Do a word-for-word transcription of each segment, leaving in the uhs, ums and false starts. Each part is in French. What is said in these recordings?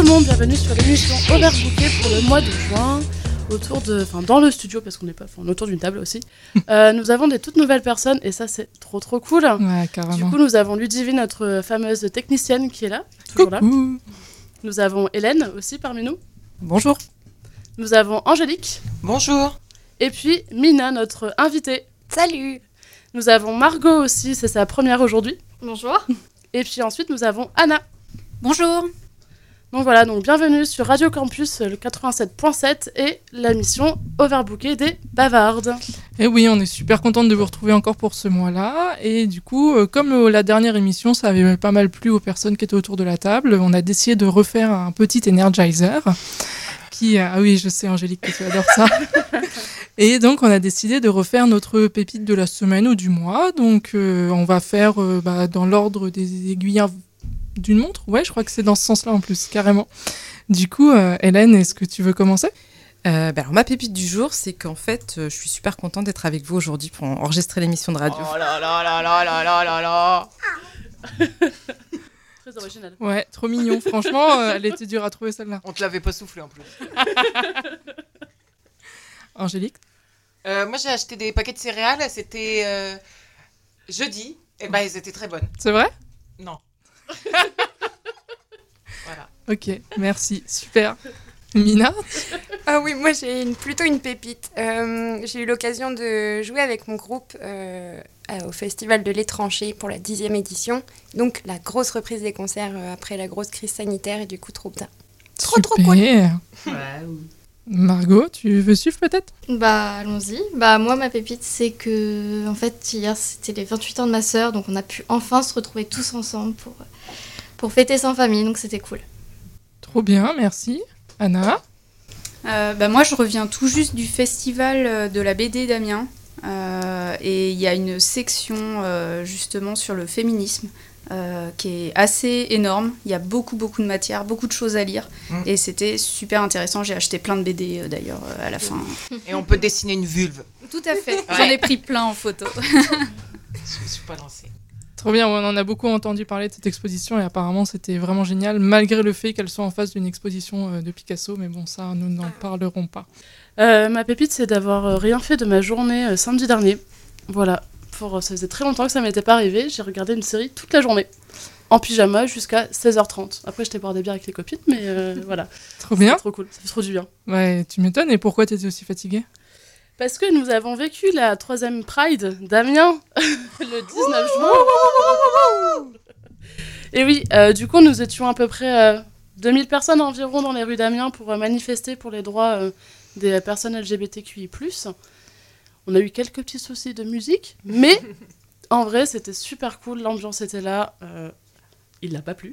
monde, bienvenue sur l'émission Overbooké pour le mois de juin. Autour de, enfin dans le studio parce qu'on n'est pas, enfin autour d'une table aussi. euh, nous avons des toutes nouvelles personnes et ça c'est trop trop cool. Ouais, carrément. Du coup nous avons Ludivine, notre fameuse technicienne qui est là, toujours Coucou. là. Nous avons Hélène aussi parmi nous. Bonjour. Nous avons Angélique. Bonjour. Et puis Mina, notre invitée. Salut. Nous avons Margot aussi, c'est sa première aujourd'hui. Bonjour. Et puis ensuite nous avons Anna. Bonjour. Donc voilà, donc bienvenue sur Radio Campus le quatre-vingt-sept point sept et la mission Overbooké des bavardes. Et oui, on est super contente de vous retrouver encore pour ce mois-là. Et du coup, euh, comme euh, la dernière émission, ça avait pas mal plu aux personnes qui étaient autour de la table, on a décidé de refaire un petit Energizer. Qui, euh, ah oui, je sais Angélique que tu adores ça. Et donc, on a décidé de refaire notre pépite de la semaine ou du mois. Donc, euh, on va faire euh, bah, dans l'ordre des aiguilles d'une montre. Ouais, je crois que c'est dans ce sens-là en plus, carrément. Du coup, euh, Hélène, est-ce que tu veux commencer ? Euh, bah alors, ma pépite du jour, c'est qu'en fait, euh, je suis super contente d'être avec vous aujourd'hui pour enregistrer l'émission de radio. Oh là là là là là là là là. Très original. Ouais, trop mignon. Franchement, euh, elle était dure à trouver celle-là. On te l'avait pas soufflé en plus. Angélique ? Euh, moi, j'ai acheté des paquets de céréales. C'était euh, jeudi. Et ben, elles étaient très bonnes. C'est vrai ? Non. Voilà. Ok, merci, super. Mina ? Ah oui, moi j'ai une, plutôt une pépite. Euh, j'ai eu l'occasion de jouer avec mon groupe euh, au Festival de l'Étranger pour la dixième édition. Donc la grosse reprise des concerts euh, après la grosse crise sanitaire et du coup trop bien. Trop super. trop cool. Ouais. Margot, tu veux suivre peut-être ? Bah allons-y. Bah moi ma pépite c'est que en fait hier c'était les vingt-huit ans de ma sœur donc on a pu enfin se retrouver tous ensemble pour, pour fêter sans famille donc c'était cool. Trop bien, merci. Anna ? Euh, bah moi, je reviens tout juste du festival de la B D d'Amiens. Euh, et il y a une section euh, justement sur le féminisme euh, qui est assez énorme. Il y a beaucoup, beaucoup de matière, beaucoup de choses à lire. Mmh. Et c'était super intéressant. J'ai acheté plein de B D euh, d'ailleurs euh, à la fin. Et on peut dessiner une vulve. Tout à fait. Ouais. J'en ai pris plein en photo. Je me suis pas lancée. Trop bien, on en a beaucoup entendu parler de cette exposition et apparemment c'était vraiment génial, malgré le fait qu'elle soit en face d'une exposition de Picasso, mais bon, ça, nous n'en parlerons pas. Euh, ma pépite, c'est d'avoir euh, rien fait de ma journée euh, samedi dernier. Voilà, pour, euh, ça faisait très longtemps que ça m'était pas arrivé, j'ai regardé une série toute la journée, en pyjama jusqu'à seize heures trente. Après, j'étais boire des bières avec les copines, mais euh, voilà. Trop bien. Trop cool, ça fait trop du bien. Ouais, tu m'étonnes, et pourquoi t'étais aussi fatiguée ? Parce que nous avons vécu la troisième Pride d'Amiens le dix-neuf juin. Et oui, euh, du coup, nous étions à peu près euh, deux mille personnes environ dans les rues d'Amiens pour euh, manifester pour les droits euh, des personnes L G B T Q I plus. On a eu quelques petits soucis de musique, mais en vrai, c'était super cool. L'ambiance était là. Euh, il n'a pas plu.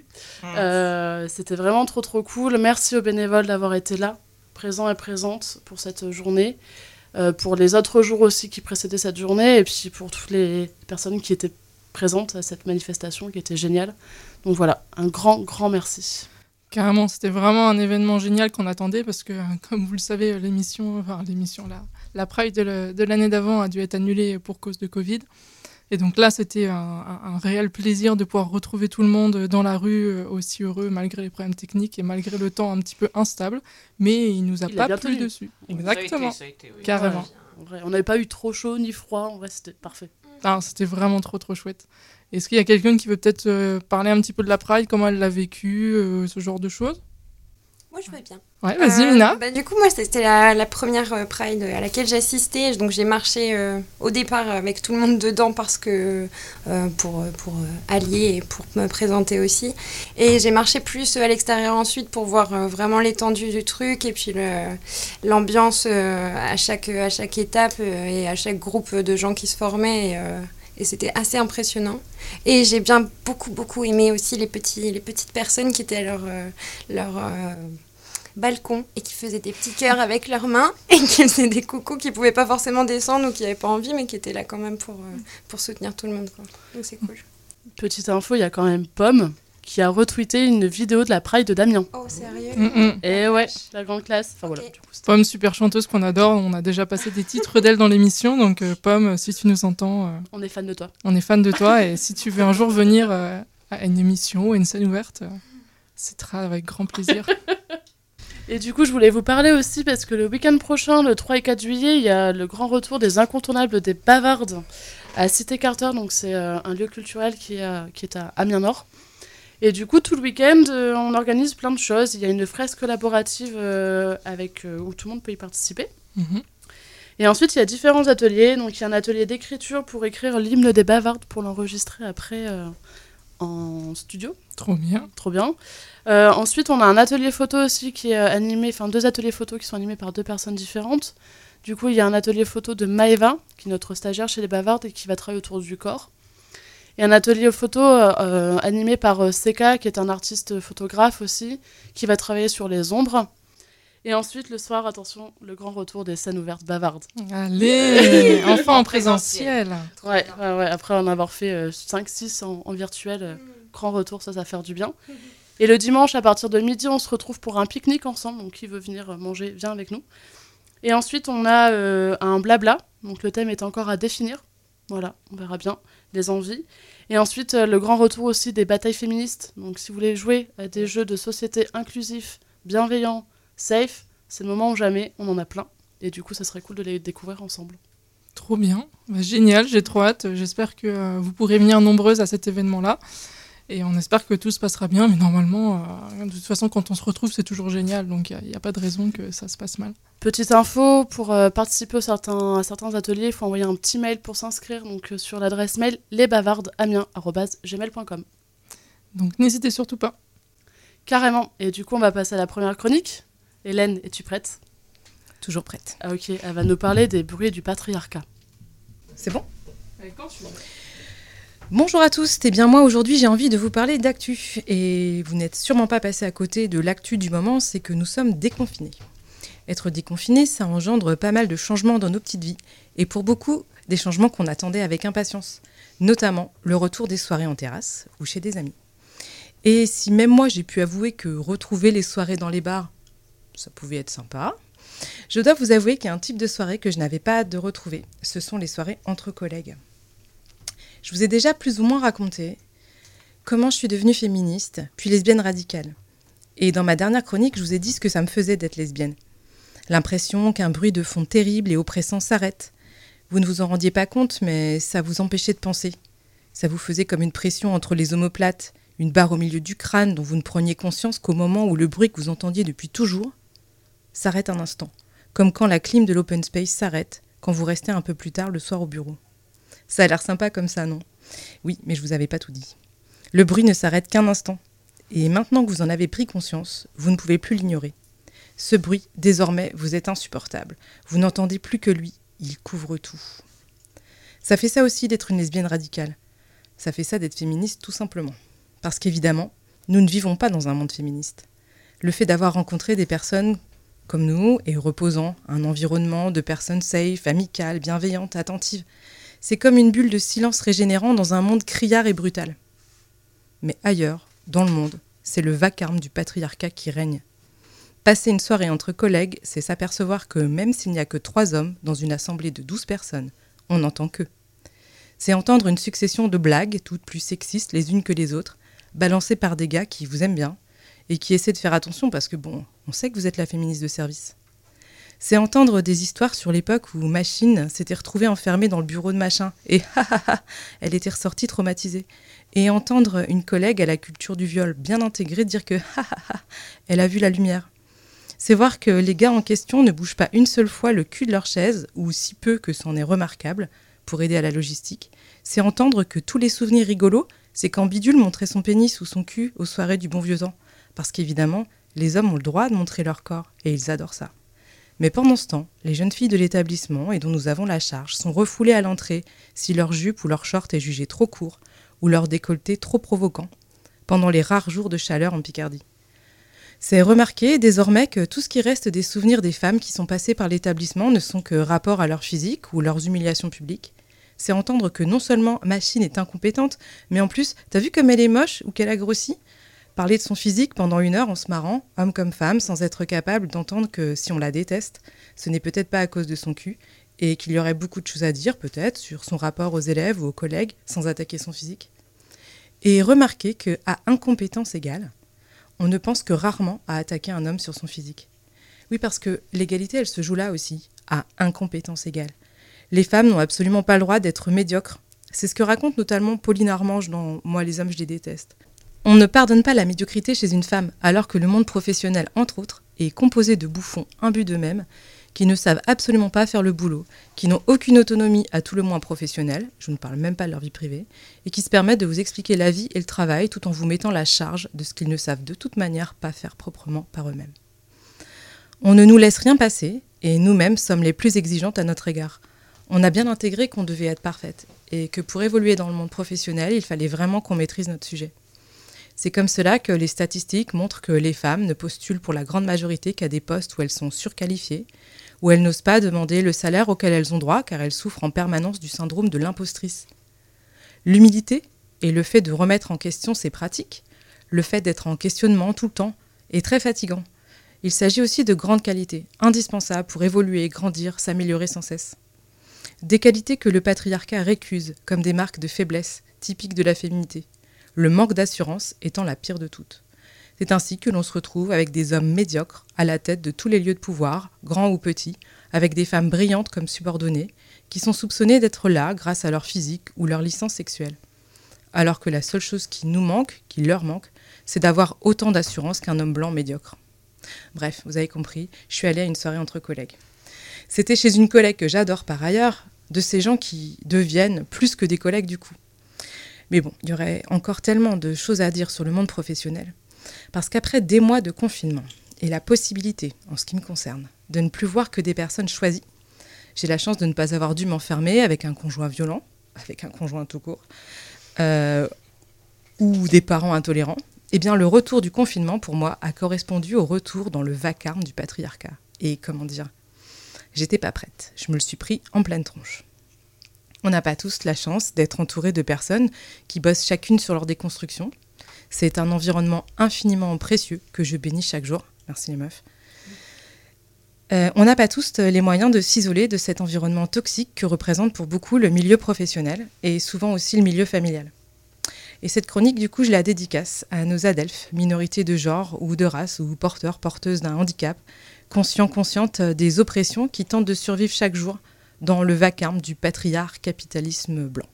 Euh, c'était vraiment trop, trop cool. Merci aux bénévoles d'avoir été là, présents et présentes pour cette journée. Euh, pour les autres jours aussi qui précédaient cette journée, et puis pour toutes les personnes qui étaient présentes à cette manifestation, qui était géniale. Donc voilà, un grand, grand merci. Carrément, c'était vraiment un événement génial qu'on attendait, parce que, comme vous le savez, l'émission, enfin l'émission, la, la Pride de, le, de l'année d'avant a dû être annulée pour cause de Covid. Et donc là, c'était un, un, un réel plaisir de pouvoir retrouver tout le monde dans la rue, aussi heureux, malgré les problèmes techniques et malgré le temps un petit peu instable. Mais il nous a il pas a plu tenu. dessus. Exactement. Ça a été, ça a été, oui. Carrément. Ouais, en vrai, on n'avait pas eu trop chaud ni froid, en vrai, c'était parfait. Ah, c'était vraiment trop, trop chouette. Est-ce qu'il y a quelqu'un qui veut peut-être euh, parler un petit peu de la Pride, comment elle l'a vécu, euh, ce genre de choses ? Moi je veux bien. Ouais, vas-y, Euh, Mina. bah, du coup, moi, c'était la, la première euh, Pride à laquelle j'assistais. Donc, j'ai marché euh, au départ avec tout le monde dedans parce que euh, pour, pour euh, allier et pour me présenter aussi. Et j'ai marché plus euh, à l'extérieur ensuite pour voir euh, vraiment l'étendue du truc et puis le, l'ambiance euh, à, chaque, à chaque étape euh, et à chaque groupe de gens qui se formaient. Et, euh, et c'était assez impressionnant. Et j'ai bien beaucoup, beaucoup aimé aussi les, petits, les petites personnes qui étaient à leur... Euh, leur euh, balcon et qui faisaient des petits cœurs avec leurs mains et qui faisaient des coucous qui pouvaient pas forcément descendre ou qui n'avaient pas envie mais qui étaient là quand même pour, euh, pour soutenir tout le monde, quoi. Donc c'est cool. Petite info, il y a quand même Pomme qui a retweeté une vidéo de la Pride d'Amiens. Oh, sérieux? Mm-mm. Et ouais, la grande classe. Enfin voilà, Ok. du coup, c'était- Pomme, super chanteuse qu'on adore. On a déjà passé des titres d'elle dans l'émission. Donc, euh, Pomme, si tu nous entends, euh, on est fan de toi. on est fan de toi. Et si tu veux un jour venir euh, à une émission ou à une scène ouverte, euh, C'est très avec grand plaisir. Et du coup, je voulais vous parler aussi parce que le week-end prochain, le trois et quatre juillet, il y a le grand retour des incontournables des Bavardes à Cité Carter. Donc, c'est euh, un lieu culturel qui est, à, qui est à Amiens-Nord. Et du coup, tout le week-end, euh, on organise plein de choses. Il y a une fresque collaborative euh, avec, euh, où tout le monde peut y participer. Mhm. Et ensuite, il y a différents ateliers. Donc, il y a un atelier d'écriture pour écrire l'hymne des Bavardes pour l'enregistrer après euh, en studio. Trop bien. Trop bien. Euh, ensuite, on a un atelier photo aussi qui est euh, animé, enfin deux ateliers photo qui sont animés par deux personnes différentes. Du coup, il y a un atelier photo de Maëva, qui est notre stagiaire chez les Bavardes et qui va travailler autour du corps. Et un atelier photo euh, animé par euh, Seka, qui est un artiste photographe aussi, qui va travailler sur les ombres. Et ensuite, le soir, attention, le grand retour des scènes ouvertes bavardes. Allez, enfin en présentiel. Ouais, ouais, ouais, après en avoir fait euh, cinq six en, en virtuel, euh, grand retour, ça, ça va faire du bien. Et le dimanche, à partir de midi, on se retrouve pour un pique-nique ensemble. Donc, qui veut venir manger, viens avec nous. Et ensuite, on a euh, un blabla. Donc, le thème est encore à définir. Voilà, on verra bien les envies. Et ensuite, euh, le grand retour aussi des batailles féministes. Donc, si vous voulez jouer à des jeux de société inclusifs, bienveillants, safe, c'est le moment ou jamais. On en a plein. Et du coup, ça serait cool de les découvrir ensemble. Trop bien. Bah, génial, j'ai trop hâte. J'espère que euh, vous pourrez venir nombreuses à cet événement-là. Et on espère que tout se passera bien, mais normalement, euh, de toute façon, quand on se retrouve, c'est toujours génial, donc il n'y a, a pas de raison que ça se passe mal. Petite info, pour euh, participer à certains, à certains ateliers, il faut envoyer un petit mail pour s'inscrire, donc euh, sur l'adresse mail lesbavardesamiens arobase gmail point com. Donc n'hésitez surtout pas. Carrément. Et du coup, on va passer à la première chronique. Hélène, es-tu prête ? Toujours prête. Ah ok, elle va nous parler des bruits du patriarcat. C'est bon ? Quand tu veux. Bonjour à tous, et bien moi aujourd'hui j'ai envie de vous parler d'actu. Et vous n'êtes sûrement pas passé à côté de l'actu du moment, c'est que nous sommes déconfinés. Être déconfiné, ça engendre pas mal de changements dans nos petites vies. Et pour beaucoup, des changements qu'on attendait avec impatience. Notamment le retour des soirées en terrasse ou chez des amis. Et si même moi j'ai pu avouer que retrouver les soirées dans les bars, ça pouvait être sympa, je dois vous avouer qu'il y a un type de soirée que je n'avais pas hâte de retrouver. Ce sont les soirées entre collègues. Je vous ai déjà plus ou moins raconté comment je suis devenue féministe, puis lesbienne radicale. Et dans ma dernière chronique, je vous ai dit ce que ça me faisait d'être lesbienne. L'impression qu'un bruit de fond terrible et oppressant s'arrête. Vous ne vous en rendiez pas compte, mais ça vous empêchait de penser. Ça vous faisait comme une pression entre les omoplates, une barre au milieu du crâne dont vous ne preniez conscience qu'au moment où le bruit que vous entendiez depuis toujours s'arrête un instant. Comme quand la clim de l'open space s'arrête quand vous restez un peu plus tard le soir au bureau. Ça a l'air sympa comme ça, non ? Oui, mais je vous avais pas tout dit. Le bruit ne s'arrête qu'un instant. Et maintenant que vous en avez pris conscience, vous ne pouvez plus l'ignorer. Ce bruit, désormais, vous est insupportable. Vous n'entendez plus que lui. Il couvre tout. Ça fait ça aussi d'être une lesbienne radicale. Ça fait ça d'être féministe tout simplement. Parce qu'évidemment, nous ne vivons pas dans un monde féministe. Le fait d'avoir rencontré des personnes comme nous et reposant un environnement de personnes safe, amicales, bienveillantes, attentives, c'est comme une bulle de silence régénérant dans un monde criard et brutal. Mais ailleurs, dans le monde, c'est le vacarme du patriarcat qui règne. Passer une soirée entre collègues, c'est s'apercevoir que même s'il n'y a que trois hommes dans une assemblée de douze personnes, on n'entend qu'eux. C'est entendre une succession de blagues, toutes plus sexistes les unes que les autres, balancées par des gars qui vous aiment bien et qui essaient de faire attention parce que bon, on sait que vous êtes la féministe de service. C'est entendre des histoires sur l'époque où Machine s'était retrouvée enfermée dans le bureau de Machin et ha ha ha, elle était ressortie traumatisée. Et entendre une collègue à la culture du viol bien intégrée dire que ha ha ha, elle a vu la lumière. C'est voir que les gars en question ne bougent pas une seule fois le cul de leur chaise, ou si peu que c'en est remarquable, pour aider à la logistique. C'est entendre que tous les souvenirs rigolos, c'est quand Bidule montrait son pénis ou son cul aux soirées du bon vieux temps. Parce qu'évidemment, les hommes ont le droit de montrer leur corps, et ils adorent ça. Mais pendant ce temps, les jeunes filles de l'établissement, et dont nous avons la charge, sont refoulées à l'entrée si leur jupe ou leur short est jugé trop court, ou leur décolleté trop provoquant, pendant les rares jours de chaleur en Picardie. C'est remarqué désormais que tout ce qui reste des souvenirs des femmes qui sont passées par l'établissement ne sont que rapport à leur physique ou leurs humiliations publiques. C'est entendre que non seulement Machine est incompétente, mais en plus, t'as vu comme elle est moche ou qu'elle a grossi ? Parler de son physique pendant une heure en se marrant, homme comme femme, sans être capable d'entendre que si on la déteste, ce n'est peut-être pas à cause de son cul, et qu'il y aurait beaucoup de choses à dire, peut-être, sur son rapport aux élèves ou aux collègues, sans attaquer son physique. Et remarquer qu'à incompétence égale, on ne pense que rarement à attaquer un homme sur son physique. Oui, parce que l'égalité, elle se joue là aussi, à incompétence égale. Les femmes n'ont absolument pas le droit d'être médiocres. C'est ce que raconte notamment Pauline Armange dans « Moi, les hommes, je les déteste ». On ne pardonne pas la médiocrité chez une femme, alors que le monde professionnel, entre autres, est composé de bouffons imbus d'eux-mêmes, qui ne savent absolument pas faire le boulot, qui n'ont aucune autonomie à tout le moins professionnelle, je ne parle même pas de leur vie privée, et qui se permettent de vous expliquer la vie et le travail tout en vous mettant la charge de ce qu'ils ne savent de toute manière pas faire proprement par eux-mêmes. On ne nous laisse rien passer, et nous-mêmes sommes les plus exigeantes à notre égard. On a bien intégré qu'on devait être parfaite, et que pour évoluer dans le monde professionnel, il fallait vraiment qu'on maîtrise notre sujet. C'est comme cela que les statistiques montrent que les femmes ne postulent pour la grande majorité qu'à des postes où elles sont surqualifiées, où elles n'osent pas demander le salaire auquel elles ont droit car elles souffrent en permanence du syndrome de l'impostrice. L'humilité et le fait de remettre en question ses pratiques, le fait d'être en questionnement tout le temps, est très fatigant. Il s'agit aussi de grandes qualités, indispensables pour évoluer, grandir, s'améliorer sans cesse. Des qualités que le patriarcat récuse comme des marques de faiblesse typiques de la féminité. Le manque d'assurance étant la pire de toutes. C'est ainsi que l'on se retrouve avec des hommes médiocres à la tête de tous les lieux de pouvoir, grands ou petits, avec des femmes brillantes comme subordonnées, qui sont soupçonnées d'être là grâce à leur physique ou leur licence sexuelle. Alors que la seule chose qui nous manque, qui leur manque, c'est d'avoir autant d'assurance qu'un homme blanc médiocre. Bref, vous avez compris, je suis allée à une soirée entre collègues. C'était chez une collègue que j'adore par ailleurs, de ces gens qui deviennent plus que des collègues du coup. Mais bon, il y aurait encore tellement de choses à dire sur le monde professionnel. Parce qu'après des mois de confinement et la possibilité, en ce qui me concerne, de ne plus voir que des personnes choisies, j'ai la chance de ne pas avoir dû m'enfermer avec un conjoint violent, avec un conjoint tout court, euh, ou des parents intolérants. Eh bien, le retour du confinement, pour moi, a correspondu au retour dans le vacarme du patriarcat. Et comment dire, j'étais pas prête. Je me le suis pris en pleine tronche. On n'a pas tous la chance d'être entouré de personnes qui bossent chacune sur leur déconstruction. C'est un environnement infiniment précieux que je bénis chaque jour. Merci les meufs. Euh, on n'a pas tous les moyens de s'isoler de cet environnement toxique que représente pour beaucoup le milieu professionnel et souvent aussi le milieu familial. Et cette chronique, du coup, je la dédicace à nos adelphes, minorités de genre ou de race ou porteurs, porteuses d'un handicap, conscients, conscientes des oppressions qui tentent de survivre chaque jour dans le vacarme du patriarcat capitalisme blanc.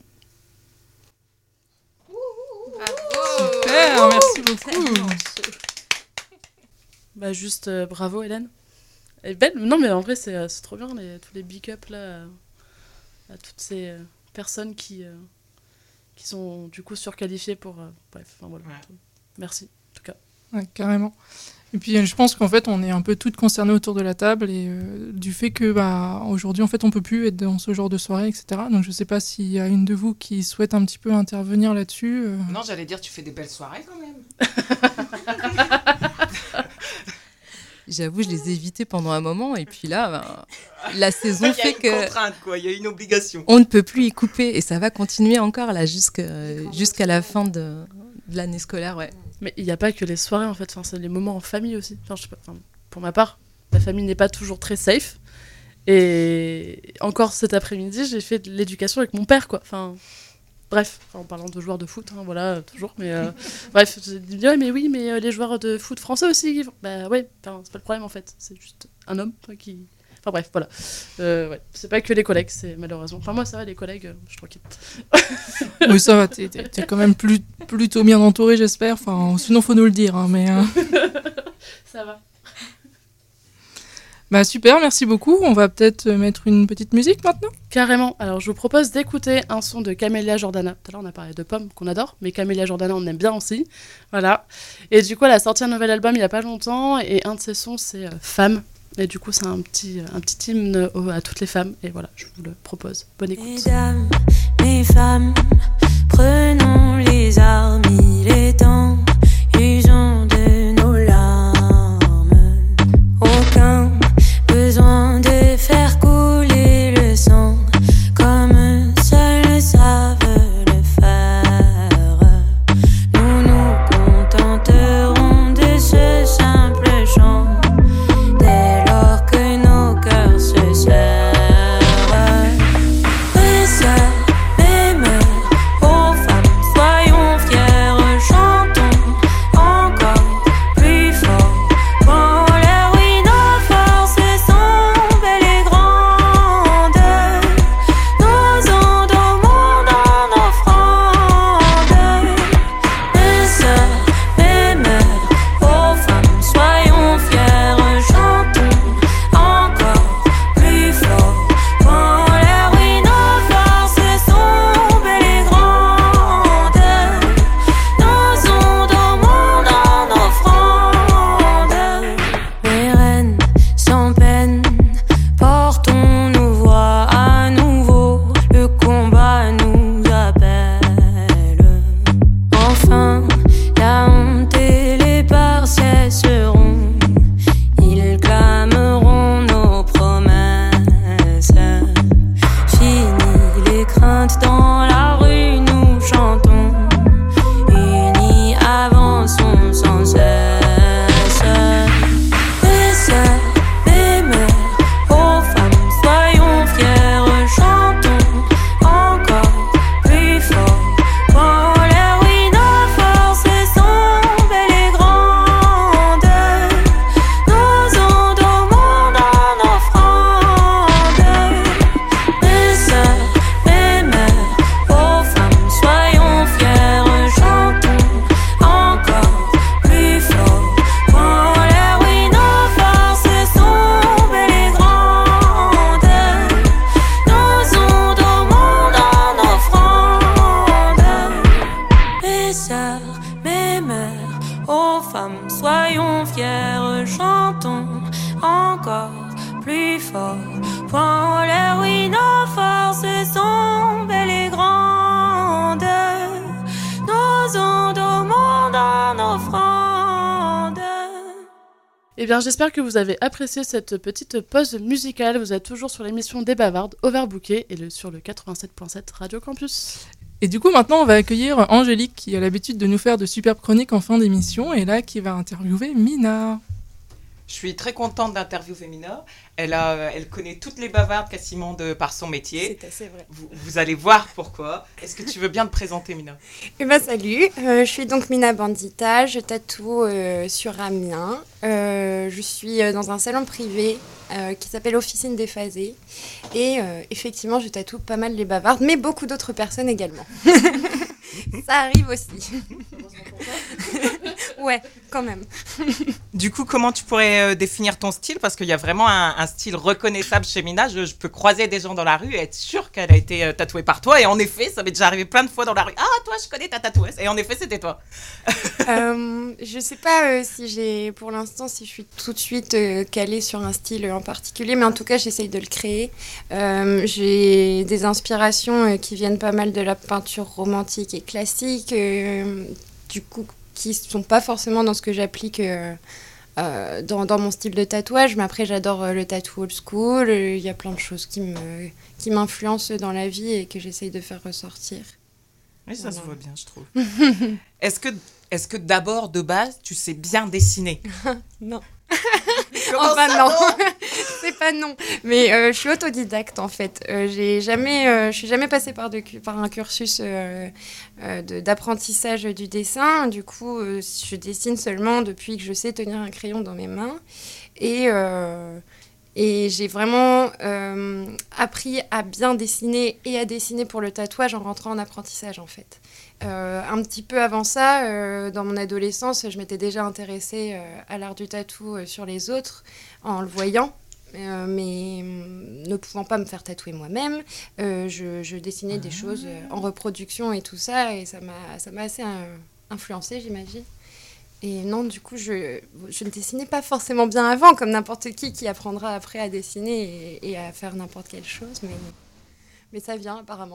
Super, merci beaucoup. Bah juste euh, bravo Hélène. Elle est belle. Non mais en vrai c'est, euh, c'est trop bien les, tous les big up là euh, à toutes ces euh, personnes qui euh, qui sont du coup surqualifiées pour euh, bref enfin voilà. Ouais. Merci en tout cas. Ouais, carrément. Et puis je pense qu'en fait on est un peu toutes concernées autour de la table et euh, du fait que bah aujourd'hui en fait on peut plus être dans ce genre de soirée et cetera. Donc je sais pas s'il y a une de vous qui souhaite un petit peu intervenir là-dessus. Euh... Non, j'allais dire tu fais des belles soirées quand même. J'avoue, je les ai évités pendant un moment et puis là, ben, la saison fait que... Il y a une contrainte, quoi. Il y a une obligation. On ne peut plus y couper et ça va continuer encore là jusqu'à, jusqu'à la fin de, de l'année scolaire, ouais. Mais il n'y a pas que les soirées en fait, enfin, c'est les moments en famille aussi. Enfin, je sais pas, enfin, pour ma part, la famille n'est pas toujours très safe. Et encore cet après-midi, j'ai fait de l'éducation avec mon père, quoi. Enfin, bref, enfin, en parlant de joueurs de foot, hein, voilà, toujours. Mais euh, bref, j'ai dit, ouais, mais oui, mais euh, les joueurs de foot français aussi. Bah ouais, c'est pas le problème en fait. C'est juste un homme qui. Enfin bref, voilà. Euh, ouais. C'est pas que les collègues, c'est malheureusement. Enfin moi ça va, les collègues, euh, je suis tranquille. Oui, ça va, t'es, t'es, t'es quand même plus, plutôt bien entouré, j'espère. Enfin, sinon faut nous le dire, hein, mais... Euh... ça va. Bah super, merci beaucoup. On va peut-être mettre une petite musique maintenant. Carrément. Alors je vous propose d'écouter un son de Camélia Jordana. Tout à l'heure on a parlé de Pomme qu'on adore, mais Camélia Jordana on aime bien aussi. Voilà. Et du coup elle a sorti un nouvel album il y a pas longtemps et un de ses sons c'est euh, Femme. Et du coup c'est un petit, un petit hymne à toutes les femmes. Et voilà, je vous le propose. Bonne écoute. Mesdames, mes femmes, prenons les armes, il est temps, usons de nos larmes. Aucun besoin de faire couler le sang comme seuls savent le faire. Nous nous contenterons de ce simple chant dès lors que nos cœurs se serrent. Mes sœurs, mes mères, femmes, soyons fiers, chantons encore plus fort. Point en l'air, oui, nos forces sont belles et grandes. Nos ondes au monde en offrande. Eh bien, j'espère que vous avez apprécié cette petite pause musicale. Vous êtes toujours sur l'émission des Bavardes, Overbooké, et le, sur le quatre-vingt-sept virgule sept Radio Campus. Et du coup, maintenant, on va accueillir Angélique, qui a l'habitude de nous faire de superbes chroniques en fin d'émission, et là, qui va interviewer Mina. Je suis très contente d'interviewer Mina. Elle, a, elle connaît toutes les bavardes quasiment de, par son métier. C'est assez vrai. Vous, vous allez voir pourquoi. Est-ce que tu veux bien te présenter, Mina ? Eh ben, salut, euh, je suis donc Mina Bandita, je tatoue euh, sur Amiens. Euh, je suis euh, dans un salon privé euh, qui s'appelle Officine Déphasée. Et euh, effectivement, je tatoue pas mal les bavardes, mais beaucoup d'autres personnes également. Ça arrive aussi. Ouais, quand même. Du coup, comment tu pourrais euh, définir ton style ? Parce qu'il y a vraiment un, un style reconnaissable chez Mina. Je, je peux croiser des gens dans la rue et être sûre qu'elle a été euh, tatouée par toi. Et en effet, ça m'est déjà arrivé plein de fois dans la rue. Ah, toi, je connais ta tatoueuse. Et en effet, c'était toi. euh, je sais pas euh, si j'ai, pour l'instant, si je suis tout de suite euh, calée sur un style en particulier. Mais en tout cas, j'essaye de le créer. Euh, j'ai des inspirations euh, qui viennent pas mal de la peinture romantique et classique. Euh, du coup, qui ne sont pas forcément dans ce que j'applique euh, euh, dans, dans mon style de tatouage, mais après j'adore euh, le tattoo old school, il euh, y a plein de choses qui, me, qui m'influencent dans la vie et que j'essaye de faire ressortir. Oui, ça voilà. se voit bien, je trouve. est-ce que, est-ce que d'abord, de base, tu sais bien dessiner ? Non. Comment enfin ça, non, non c'est pas non. Mais euh, je suis autodidacte en fait. Euh, j'ai jamais, euh, je suis jamais passée par, de, par un cursus euh, euh, de, d'apprentissage du dessin. Du coup, euh, je dessine seulement depuis que je sais tenir un crayon dans mes mains. Et, euh, et j'ai vraiment euh, appris à bien dessiner et à dessiner pour le tatouage en rentrant en apprentissage en fait. Euh, un petit peu avant ça, euh, dans mon adolescence, je m'étais déjà intéressée euh, à l'art du tatou euh, sur les autres, en le voyant, euh, mais euh, ne pouvant pas me faire tatouer moi-même. Euh, je, je dessinais des choses euh, en reproduction et tout ça, et ça m'a, ça m'a assez euh, influencée, j'imagine. Et non, du coup, je, je ne dessinais pas forcément bien avant, comme n'importe qui qui apprendra après à dessiner et, et à faire n'importe quelle chose, mais, mais ça vient apparemment.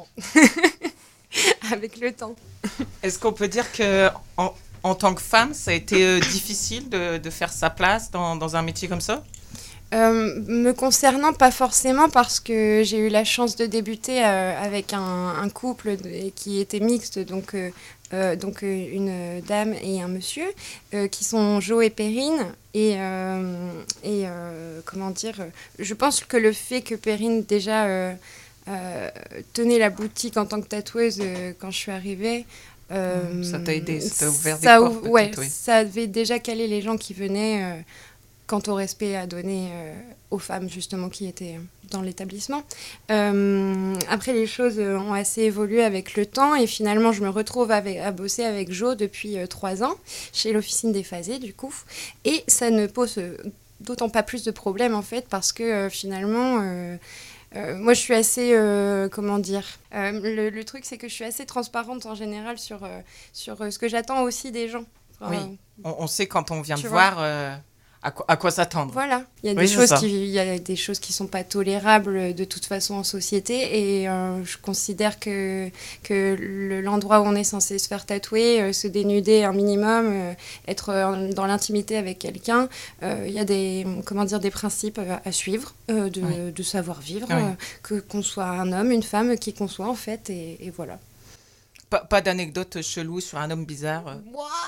Avec le temps. Est-ce qu'on peut dire que en, en tant que femme, ça a été euh, difficile de, de faire sa place dans, dans un métier comme ça ? Euh, me concernant, pas forcément, parce que j'ai eu la chance de débuter euh, avec un, un couple de, qui était mixte, donc, euh, euh, donc euh, une dame et un monsieur, euh, qui sont Jo et Perrine. Et, euh, et euh, comment dire, je pense que le fait que Perrine déjà euh, euh, tenait la boutique en tant que tatoueuse euh, quand je suis arrivée, euh, ça t'a aidé, ça t'a ouvert des ça, portes. Ouais, oui. ça avait déjà calé les gens qui venaient euh, quant au respect à donner euh, aux femmes justement qui étaient dans l'établissement. Euh, après, les choses ont assez évolué avec le temps et finalement, je me retrouve avec, à bosser avec Jo depuis euh, trois ans chez l'Officine Déphasée du coup. Et ça ne pose euh, d'autant pas plus de problèmes en fait parce que euh, finalement... Euh, Euh, moi, je suis assez, euh, comment dire, euh, le, le truc, c'est que je suis assez transparente en général sur, euh, sur euh, ce que j'attends aussi des gens. Enfin, oui, on, on sait quand on vient te vois. voir euh, à, quoi, à quoi s'attendre. Voilà, il y a oui, des choses qui, il y a des choses qui sont pas tolérables de toute façon en société et euh, je considère que, que le, l'endroit où on est censé se faire tatouer, euh, se dénuder un minimum, euh, être euh, dans l'intimité avec quelqu'un, euh, il y a des, comment dire, des principes à, à suivre, euh, de, oui. de savoir-vivre, oui. euh, que, qu'on soit un homme, une femme, qui qu'on soit en fait, et, et voilà. Pas, pas d'anecdote chelou sur un homme bizarre euh.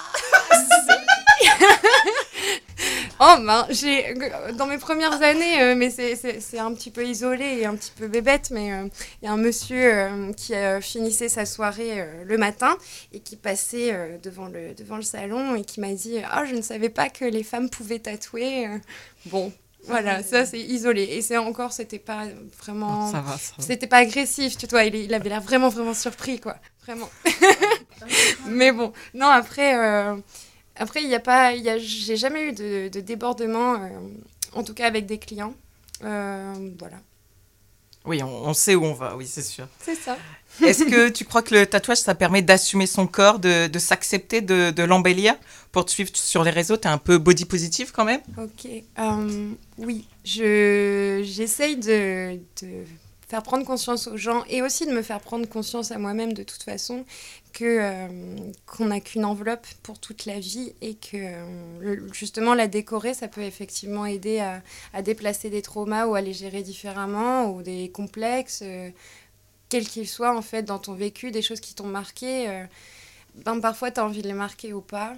Oh ben, j'ai, dans mes premières années, euh, mais c'est, c'est, c'est un petit peu isolé et un petit peu bébête, mais il euh, y a un monsieur euh, qui euh, finissait sa soirée euh, le matin et qui passait euh, devant, le, devant le salon et qui m'a dit « Ah, oh, je ne savais pas que les femmes pouvaient tatouer. » Bon, voilà, ça c'est isolé. Et c'est encore, c'était pas vraiment... Ça va, ça va. C'était pas agressif, tu vois, il, il avait l'air vraiment, vraiment surpris, quoi. Vraiment. Mais bon, non, après... Euh, Après, il y a pas, il y a, j'ai jamais eu de, de débordement, euh, en tout cas avec des clients. Euh, voilà. Oui, on, on sait où on va, oui, c'est sûr. C'est ça. Est-ce que tu crois que le tatouage, ça permet d'assumer son corps, de, de s'accepter, de, de l'embellir? Pour te suivre sur les réseaux, t'es un peu body positive quand même? Ok. Euh, oui, je, j'essaye de, de faire prendre conscience aux gens et aussi de me faire prendre conscience à moi-même de toute façon que, euh, qu'on n'a qu'une enveloppe pour toute la vie et que euh, justement la décorer, ça peut effectivement aider à, à déplacer des traumas ou à les gérer différemment ou des complexes, euh, quels qu'ils soient en fait dans ton vécu, des choses qui t'ont marqué. Euh, ben, parfois, tu as envie de les marquer ou pas.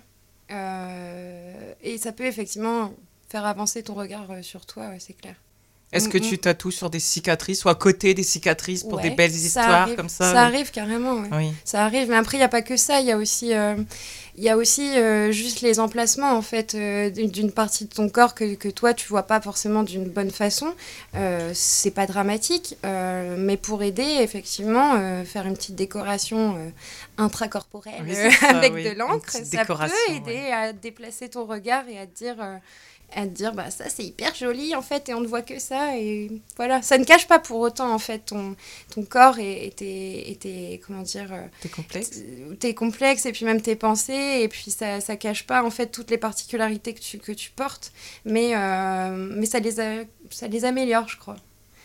Euh, et ça peut effectivement faire avancer ton regard euh, sur toi, ouais, c'est clair. Est-ce que tu tatoues sur des cicatrices ou à côté des cicatrices pour Ouais, des belles ça histoires arrive, comme ça? Ça arrive carrément, ouais. Oui. Ça arrive, mais après, il n'y a pas que ça. Il y a aussi, euh, il y a aussi euh, juste les emplacements, en fait, euh, d'une partie de ton corps que, que toi, tu vois pas forcément d'une bonne façon. Euh, c'est pas dramatique, euh, mais pour aider, effectivement, euh, faire une petite décoration euh, intracorporelle Oui, euh, c'est ça, avec oui. de Une l'encre, petite ça peut décoration, aider ouais. à déplacer ton regard et à te dire... euh, à te dire bah ça c'est hyper joli en fait et on ne voit que ça et voilà, ça ne cache pas pour autant en fait ton, ton corps et, et, tes, et tes comment dire euh, T'es complexe? t- tes complexes et puis même tes pensées et puis ça ça cache pas en fait toutes les particularités que tu que tu portes mais euh, mais ça les a, ça les améliore je crois.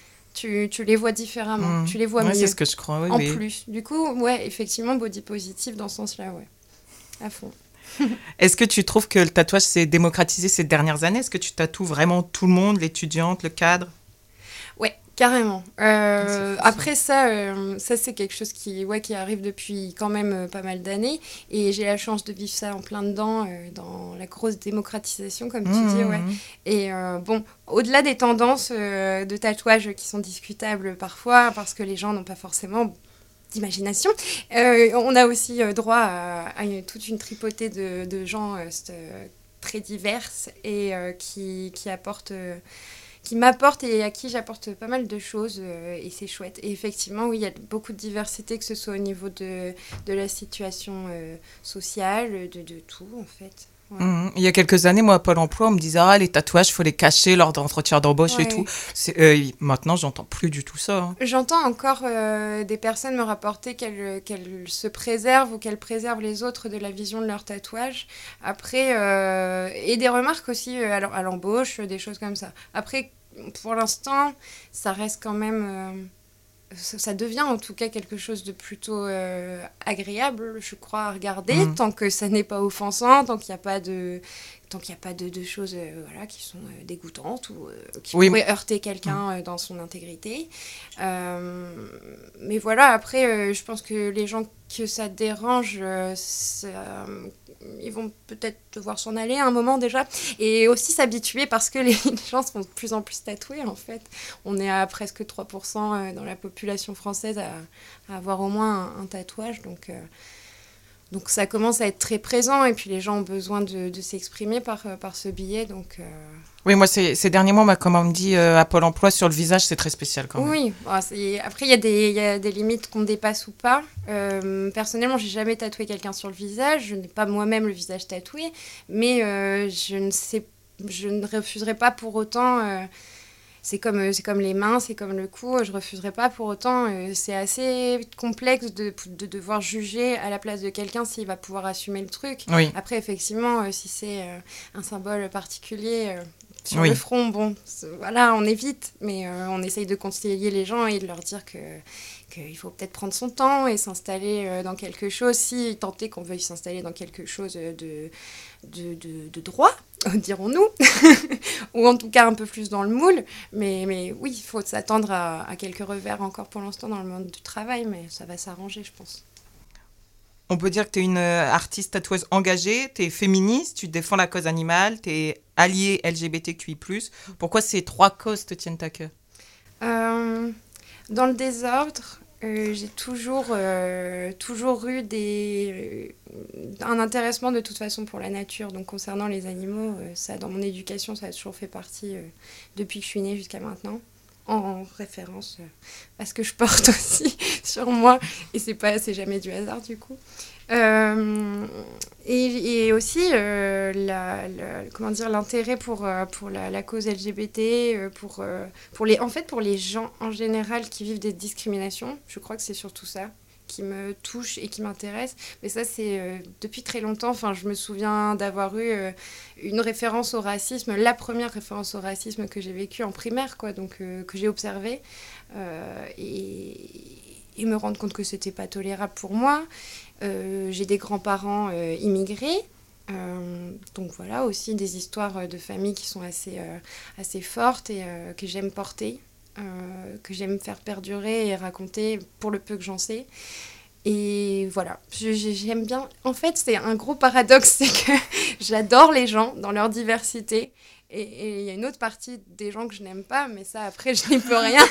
Tu, tu les vois différemment, Mmh. tu les vois Ouais, mieux c'est ce que je crois, oui. en oui. plus. Du coup, ouais, effectivement body positive dans ce sens-là, ouais. À fond. Est-ce que tu trouves que le tatouage s'est démocratisé ces dernières années? Est-ce que tu tatoues vraiment tout le monde, l'étudiante, le cadre? Ouais, carrément. Euh, C'est fou, ça. après ça, euh, ça c'est quelque chose qui, ouais, qui arrive depuis quand même euh, pas mal d'années. Et j'ai la chance de vivre ça en plein dedans, euh, dans la grosse démocratisation, comme tu Mmh, dis. Ouais. mmh. Et euh, bon, au-delà des tendances euh, de tatouage qui sont discutables parfois, parce que les gens n'ont pas forcément d'imagination, euh, on a aussi euh, droit à, à une- toute une tripotée de, de gens euh, st- euh, très diverses et euh, qui, qui apportent... euh, qui m'apporte et à qui j'apporte pas mal de choses euh, et c'est chouette. Et effectivement, oui, il y a beaucoup de diversité, que ce soit au niveau de, de la situation euh, sociale, de, de tout en fait. Ouais. Mmh. Il y a quelques années, moi, à Pôle emploi, on me disait ah, les tatouages, il faut les cacher lors d'entretiens d'embauche Ouais. et tout. C'est, euh, maintenant, j'entends plus du tout ça. hein. J'entends encore euh, des personnes me rapporter qu'elles, qu'elles se préservent ou qu'elles préservent les autres de la vision de leur tatouage. Après, euh, et des remarques aussi euh, à l'em- à l'embauche, des choses comme ça. Après, pour l'instant, ça reste quand même... euh, ça ça devient en tout cas quelque chose de plutôt euh, agréable, je crois, à regarder, Mhm. tant que ça n'est pas offensant, tant qu'il n'y a pas de, tant qu'il y a pas de, de choses euh, voilà, qui sont euh, dégoûtantes ou euh, qui Oui. pourraient heurter quelqu'un euh, dans son intégrité. Euh, mais voilà, après, euh, je pense que les gens que ça dérange, euh, ça, euh, ils vont peut-être devoir s'en aller à un moment déjà. Et aussi s'habituer parce que les, les gens sont de plus en plus tatoués, en fait. On est à presque trois pour cent euh, dans la population française à, à avoir au moins un, un tatouage. Donc, euh, donc ça commence à être très présent. Et puis les gens ont besoin de, de s'exprimer par, euh, par ce billet. Donc, euh, Oui, moi, ces, ces derniers mois, bah, comme on me dit euh, à Pôle emploi, sur le visage, c'est très spécial quand même. oui. Bon, c'est- après, il y, a des- il y a des limites qu'on dépasse ou pas. Euh, personnellement, j'ai jamais tatoué quelqu'un sur le visage. Je n'ai pas moi-même le visage tatoué. Mais euh, je ne sais, je ne refuserai pas pour autant... euh, C'est comme, euh, c'est comme les mains, c'est comme le cou, je refuserai pas pour autant. euh, c'est assez complexe de, de devoir juger à la place de quelqu'un s'il va pouvoir assumer le truc. Oui. Après, effectivement, euh, si c'est euh, un symbole particulier euh, sur Oui. le front, bon, c'est- voilà, on évite, mais euh, on essaye de conseiller les gens et de leur dire que qu'il faut peut-être prendre son temps et s'installer euh, dans quelque chose, si tant est qu'on veuille s'installer dans quelque chose de, de, de, de droit, dirons-nous, ou en tout cas un peu plus dans le moule. Mais, mais oui, il faut s'attendre à, à quelques revers encore pour l'instant dans le monde du travail, mais ça va s'arranger, je pense. On peut dire que tu es une euh, artiste tatoueuse engagée, tu es féministe, tu défends la cause animale, tu es alliée L G B T Q I plus. Pourquoi ces trois causes te tiennent à cœur? Euh, dans le désordre, euh, j'ai toujours, euh, toujours eu des, euh, un intéressement de toute façon pour la nature. Donc concernant les animaux, euh, ça, dans mon éducation, ça a toujours fait partie euh, depuis que je suis née jusqu'à maintenant. en référence à ce que je porte aussi sur moi. Et c'est pas, c'est jamais du hasard du coup. Euh, et, et aussi euh, la, la, comment dire, l'intérêt pour, euh, pour la, la cause L G B T, euh, pour, euh, pour les, en fait pour les gens en général qui vivent des discriminations. Je crois que c'est surtout ça qui me touche et qui m'intéresse. Mais ça, c'est euh, depuis très longtemps. Enfin, je me souviens d'avoir eu euh, une référence au racisme, la première référence au racisme que j'ai vécue en primaire, quoi, donc euh, que j'ai observée. Euh, et, et me rendre compte que c'était pas tolérable pour moi. Euh, j'ai des grands-parents euh, immigrés, euh, donc voilà, aussi des histoires de famille qui sont assez, euh, assez fortes et euh, que j'aime porter, euh, que j'aime faire perdurer et raconter pour le peu que j'en sais. Et voilà, je, j'aime bien. En fait, c'est un gros paradoxe, c'est que j'adore les gens dans leur diversité. Et il y a une autre partie des gens que je n'aime pas, mais ça, après, je n'y peux rien.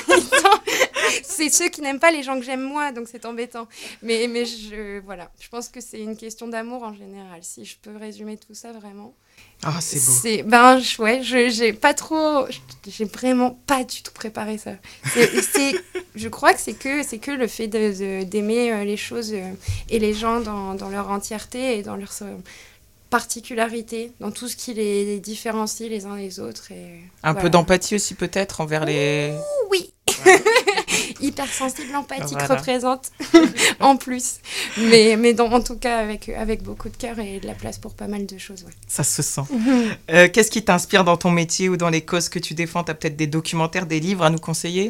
C'est ceux qui n'aiment pas les gens que j'aime moi, donc c'est embêtant. Mais, mais je, voilà, je pense que c'est une question d'amour en général, si je peux résumer tout ça vraiment. Ah, oh, c'est beau. C'est, ben, je, ouais, je, j'ai pas trop... J'ai vraiment pas du tout préparé ça. C'est, c'est, je crois que c'est que, c'est que le fait de, de, d'aimer les choses et les gens dans, dans leur entièreté et dans leur... particularité, dans tout ce qui les différencie les uns les autres. Et un voilà. peu d'empathie aussi peut-être envers les... Ouh, oui. Ouais. Hypersensible, empathique, voilà. Représente en plus. Mais, mais dans, en tout cas avec, avec beaucoup de cœur et de la place pour pas mal de choses. Ouais. Ça se sent. Mm-hmm. Euh, qu'est-ce qui t'inspire dans ton métier ou dans les causes que tu défends? Tu as peut-être des documentaires, des livres à nous conseiller?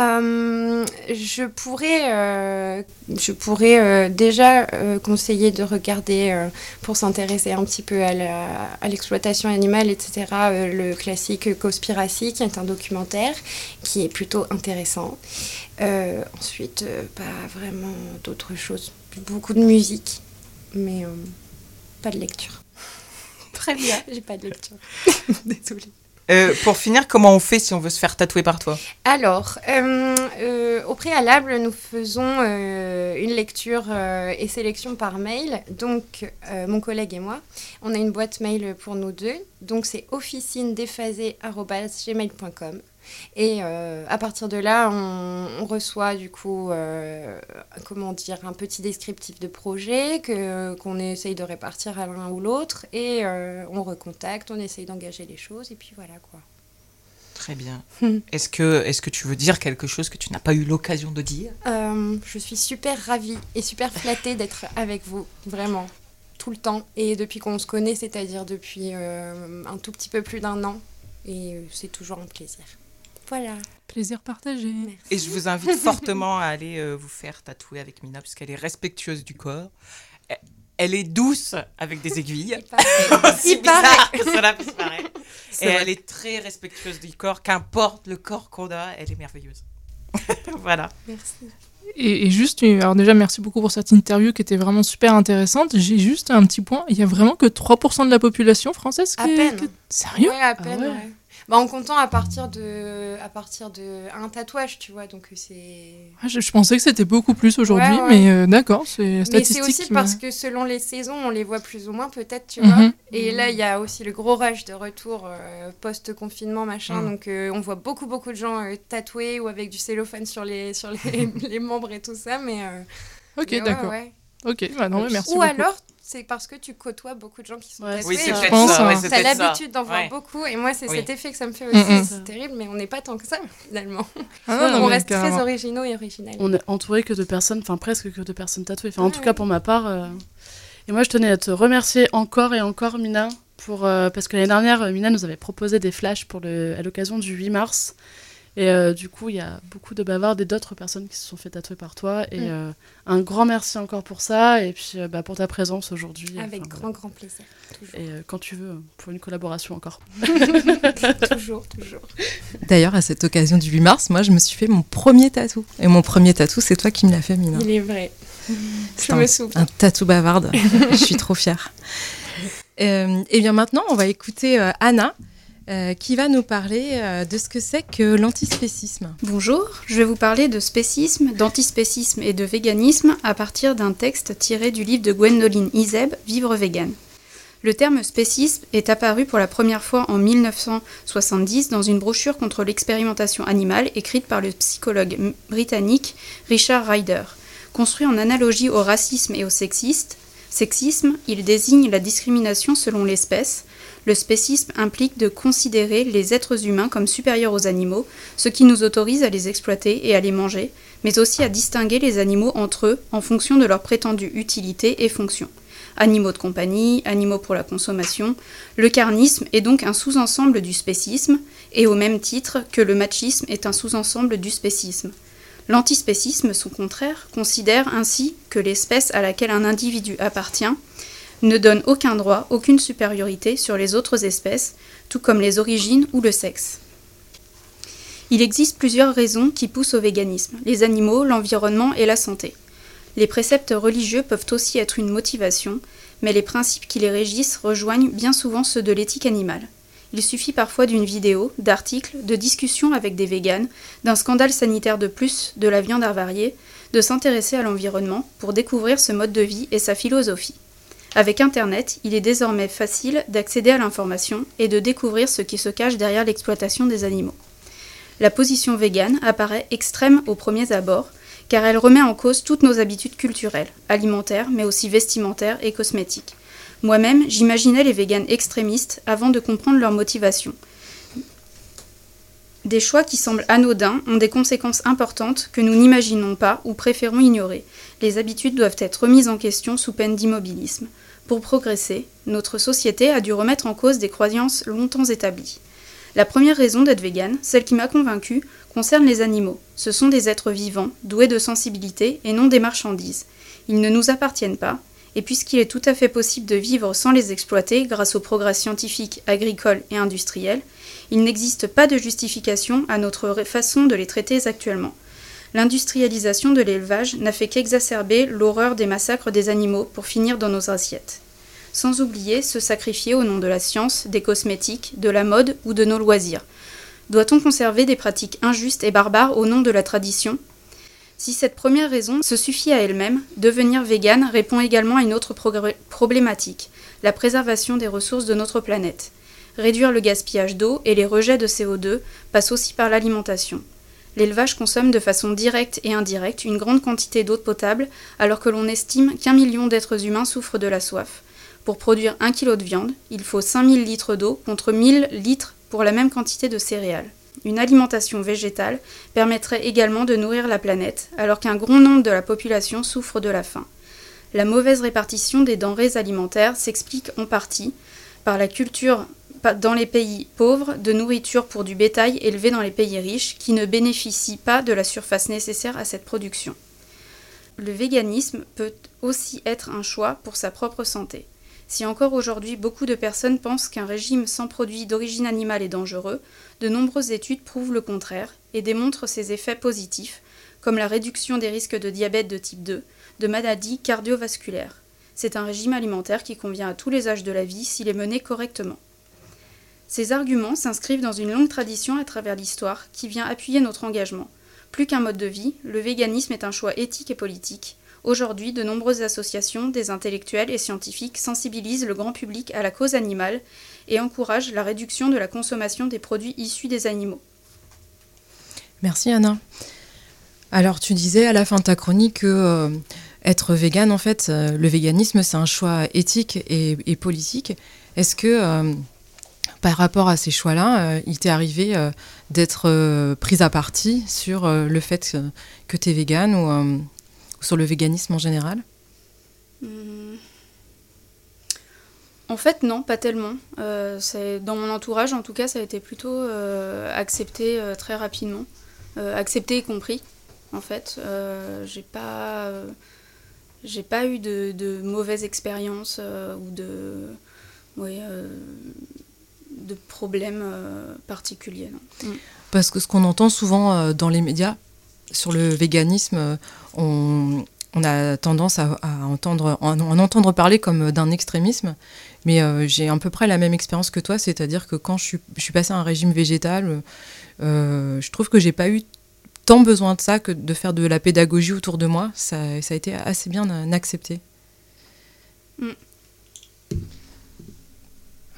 Euh, je pourrais, euh, je pourrais euh, déjà euh, conseiller de regarder, euh, pour s'intéresser un petit peu à, la, à l'exploitation animale, et cetera, euh, le classique Cowspiracy, qui est un documentaire qui est plutôt intéressant. Euh, ensuite, euh, pas vraiment d'autres choses. Beaucoup de musique, mais euh, pas de lecture. Très bien. J'ai pas de lecture. Désolée. Euh, pour finir, comment on fait si on veut se faire tatouer par toi? Alors, euh, euh, au préalable, nous faisons euh, une lecture euh, et sélection par mail. Donc, euh, mon collègue et moi, on a une boîte mail pour nous deux. Donc, c'est officine déphasée arobase gmail point com. Et euh, à partir de là, on, on reçoit du coup, euh, comment dire, un petit descriptif de projet que, qu'on essaye de répartir à l'un ou l'autre. Et euh, on recontacte, on essaye d'engager les choses. Et puis voilà quoi. Très bien. Est-ce que, est-ce que tu veux dire quelque chose que tu n'as pas eu l'occasion de dire? euh, Je suis super ravie et super flattée d'être avec vous, vraiment, tout le temps. Et depuis qu'on se connaît, c'est-à-dire depuis euh, un tout petit peu plus d'un an. Et euh, c'est toujours un plaisir. Voilà. Plaisir partagé. Merci. Et je vous invite fortement à aller euh, vous faire tatouer avec Mina, puisqu'elle est respectueuse du corps. Elle est douce avec des aiguilles. Il paraît. Que cela puisse paraître. Et vrai. Elle est très respectueuse du corps. Qu'importe le corps qu'on a, elle est merveilleuse. Voilà. Merci. Et, et juste, alors déjà, merci beaucoup pour cette interview qui était vraiment super intéressante. J'ai juste un petit point. Il n'y a vraiment que trois pour cent de la population française qui à est... peine. Que... Sérieux? Ouais, à peine, ah ouais. ouais. Bah, en comptant à partir de à partir de un tatouage, tu vois, donc c'est... Ah, je, je pensais que c'était beaucoup plus aujourd'hui, ouais, ouais. mais euh, d'accord, c'est statistique. Mais c'est aussi parce que selon les saisons, on les voit plus ou moins peut-être, tu vois. Mm-hmm. Et là, il y a aussi le gros rush de retour euh, post-confinement, machin, mm. donc euh, on voit beaucoup, beaucoup de gens euh, tatoués ou avec du cellophane sur les, sur les, les membres et tout ça, mais... Euh, ok, mais d'accord. Ouais, ouais. Ok, bah non, mais merci ou beaucoup. alors... c'est parce que tu côtoies beaucoup de gens qui sont ouais, tatoués. Oui, c'est euh, peut-être ça. Ouais, tu as l'habitude d'en voir ouais. beaucoup. Et moi, c'est oui. cet effet que ça me fait aussi. Mm-hmm. C'est terrible, mais on n'est pas tant que ça, finalement. Ah non, non, on reste carrément. très originaux et originaux. On est entouré que de personnes, enfin presque que de personnes tatouées. Enfin, ouais. En tout cas, pour ma part. Euh... Et moi, je tenais à te remercier encore et encore, Mina, pour, euh, parce que l'année dernière, Mina nous avait proposé des flashs pour le... à l'occasion du huit mars. Et euh, du coup, il y a beaucoup de bavardes et d'autres personnes qui se sont fait tatouer par toi. Et mm. euh, un grand merci encore pour ça. Et puis euh, bah, pour ta présence aujourd'hui. Avec enfin, grand, voilà. grand plaisir. Toujours. Et euh, quand tu veux, pour une collaboration encore. toujours, toujours. D'ailleurs, à cette occasion du huit mars, moi, je me suis fait mon premier tatou. Et mon premier tatou, c'est toi qui me l'as fait, Mina. Il est vrai. C'est je un, me souviens. Un tatou bavarde. Je suis trop fière. Euh, et bien maintenant, on va écouter euh, Anna. Euh, qui va nous parler euh, de ce que c'est que l'antispécisme. Bonjour, je vais vous parler de spécisme, d'antispécisme et de véganisme à partir d'un texte tiré du livre de Gwendoline Izeb, Vivre vegan. Le terme spécisme est apparu pour la première fois en mille neuf cent soixante-dix dans une brochure contre l'expérimentation animale écrite par le psychologue britannique Richard Ryder. Construit en analogie au racisme et au sexiste, sexisme, il désigne la discrimination selon l'espèce. Le spécisme implique de considérer les êtres humains comme supérieurs aux animaux, ce qui nous autorise à les exploiter et à les manger, mais aussi à distinguer les animaux entre eux en fonction de leur prétendue utilité et fonction. Animaux de compagnie, animaux pour la consommation. Le carnisme est donc un sous-ensemble du spécisme, et au même titre que le machisme est un sous-ensemble du spécisme. L'antispécisme, son contraire, considère ainsi que l'espèce à laquelle un individu appartient ne donne aucun droit, aucune supériorité sur les autres espèces, tout comme les origines ou le sexe. Il existe plusieurs raisons qui poussent au véganisme, les animaux, l'environnement et la santé. Les préceptes religieux peuvent aussi être une motivation, mais les principes qui les régissent rejoignent bien souvent ceux de l'éthique animale. Il suffit parfois d'une vidéo, d'articles, de discussions avec des véganes, d'un scandale sanitaire de plus, de la viande avariée, de s'intéresser à l'environnement pour découvrir ce mode de vie et sa philosophie. Avec Internet, il est désormais facile d'accéder à l'information et de découvrir ce qui se cache derrière l'exploitation des animaux. La position végane apparaît extrême aux premiers abords, car elle remet en cause toutes nos habitudes culturelles, alimentaires, mais aussi vestimentaires et cosmétiques. Moi-même, j'imaginais les véganes extrémistes avant de comprendre leur motivation. Des choix qui semblent anodins ont des conséquences importantes que nous n'imaginons pas ou préférons ignorer. Les habitudes doivent être remises en question sous peine d'immobilisme. Pour progresser, notre société a dû remettre en cause des croyances longtemps établies. La première raison d'être végane, celle qui m'a convaincue, concerne les animaux. Ce sont des êtres vivants, doués de sensibilité et non des marchandises. Ils ne nous appartiennent pas, et puisqu'il est tout à fait possible de vivre sans les exploiter grâce au progrès scientifique, agricole et industriel, il n'existe pas de justification à notre façon de les traiter actuellement. L'industrialisation de l'élevage n'a fait qu'exacerber l'horreur des massacres des animaux pour finir dans nos assiettes. Sans oublier se sacrifier au nom de la science, des cosmétiques, de la mode ou de nos loisirs. Doit-on conserver des pratiques injustes et barbares au nom de la tradition ? Si cette première raison se suffit à elle-même, devenir végane répond également à une autre progr- problématique, la préservation des ressources de notre planète. Réduire le gaspillage d'eau et les rejets de C O deux passe aussi par l'alimentation. L'élevage consomme de façon directe et indirecte une grande quantité d'eau potable, alors que l'on estime qu'un million d'êtres humains souffrent de la soif. Pour produire un kilo de viande, il faut cinq mille litres d'eau contre mille litres pour la même quantité de céréales. Une alimentation végétale permettrait également de nourrir la planète, alors qu'un grand nombre de la population souffre de la faim. La mauvaise répartition des denrées alimentaires s'explique en partie par la culture dans les pays pauvres de nourriture pour du bétail élevé dans les pays riches qui ne bénéficient pas de la surface nécessaire à cette production. Le véganisme peut aussi être un choix pour sa propre santé. Si encore aujourd'hui beaucoup de personnes pensent qu'un régime sans produits d'origine animale est dangereux, de nombreuses études prouvent le contraire et démontrent ses effets positifs, comme la réduction des risques de diabète de type deux, de maladies cardiovasculaires. C'est un régime alimentaire qui convient à tous les âges de la vie s'il est mené correctement. Ces arguments s'inscrivent dans une longue tradition à travers l'histoire qui vient appuyer notre engagement. Plus qu'un mode de vie, le véganisme est un choix éthique et politique. Aujourd'hui, de nombreuses associations, des intellectuels et scientifiques sensibilisent le grand public à la cause animale et encouragent la réduction de la consommation des produits issus des animaux. Merci Anna. Alors tu disais à la fin de ta chronique que euh, être végane, en fait, euh, le véganisme c'est un choix éthique et, et politique. Est-ce que euh, par rapport à ces choix-là, euh, il t'est arrivé euh, d'être euh, prise à partie sur euh, le fait euh, que tu es végane ou euh, sur le véganisme en général ? Mmh. En fait, non, pas tellement. Euh, c'est, dans mon entourage, en tout cas, ça a été plutôt euh, accepté euh, très rapidement. Euh, accepté et compris, en fait. Euh, j'ai pas, euh, j'ai pas eu de, de mauvaises expériences euh, ou de, ouais, euh, de problèmes euh, particuliers. Non. Mmh. Parce que ce qu'on entend souvent euh, dans les médias, sur le véganisme, on, on a tendance à, à entendre, en, en entendre parler comme d'un extrémisme, mais euh, j'ai à peu près la même expérience que toi, c'est-à-dire que quand je suis, je suis passée à un régime végétal, euh, je trouve que j'ai pas eu tant besoin de ça que de faire de la pédagogie autour de moi. Ça, ça a été assez bien accepté. Mm.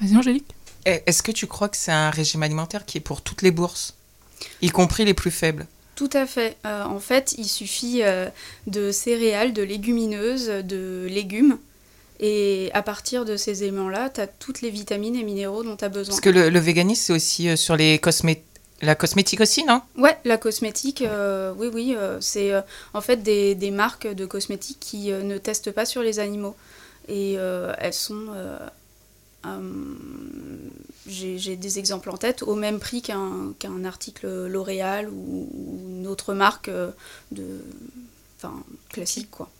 Vas-y, Angélique. Est-ce que tu crois que c'est un régime alimentaire qui est pour toutes les bourses, y compris les plus faibles? Tout à fait. Euh, en fait, il suffit euh, de céréales, de légumineuses, de légumes. Et à partir de ces éléments-là, tu as toutes les vitamines et minéraux dont tu as besoin. Parce que le, le véganisme, c'est aussi euh, sur les cosmé- la cosmétique aussi, non? Ouais, la cosmétique, euh, oui, oui. Euh, c'est euh, en fait des, des marques de cosmétiques qui euh, ne testent pas sur les animaux. Et euh, elles sont... Euh, euh, j'ai, j'ai des exemples en tête, au même prix qu'un, qu'un article L'Oréal ou, ou une autre marque euh, de, enfin, classique, quoi.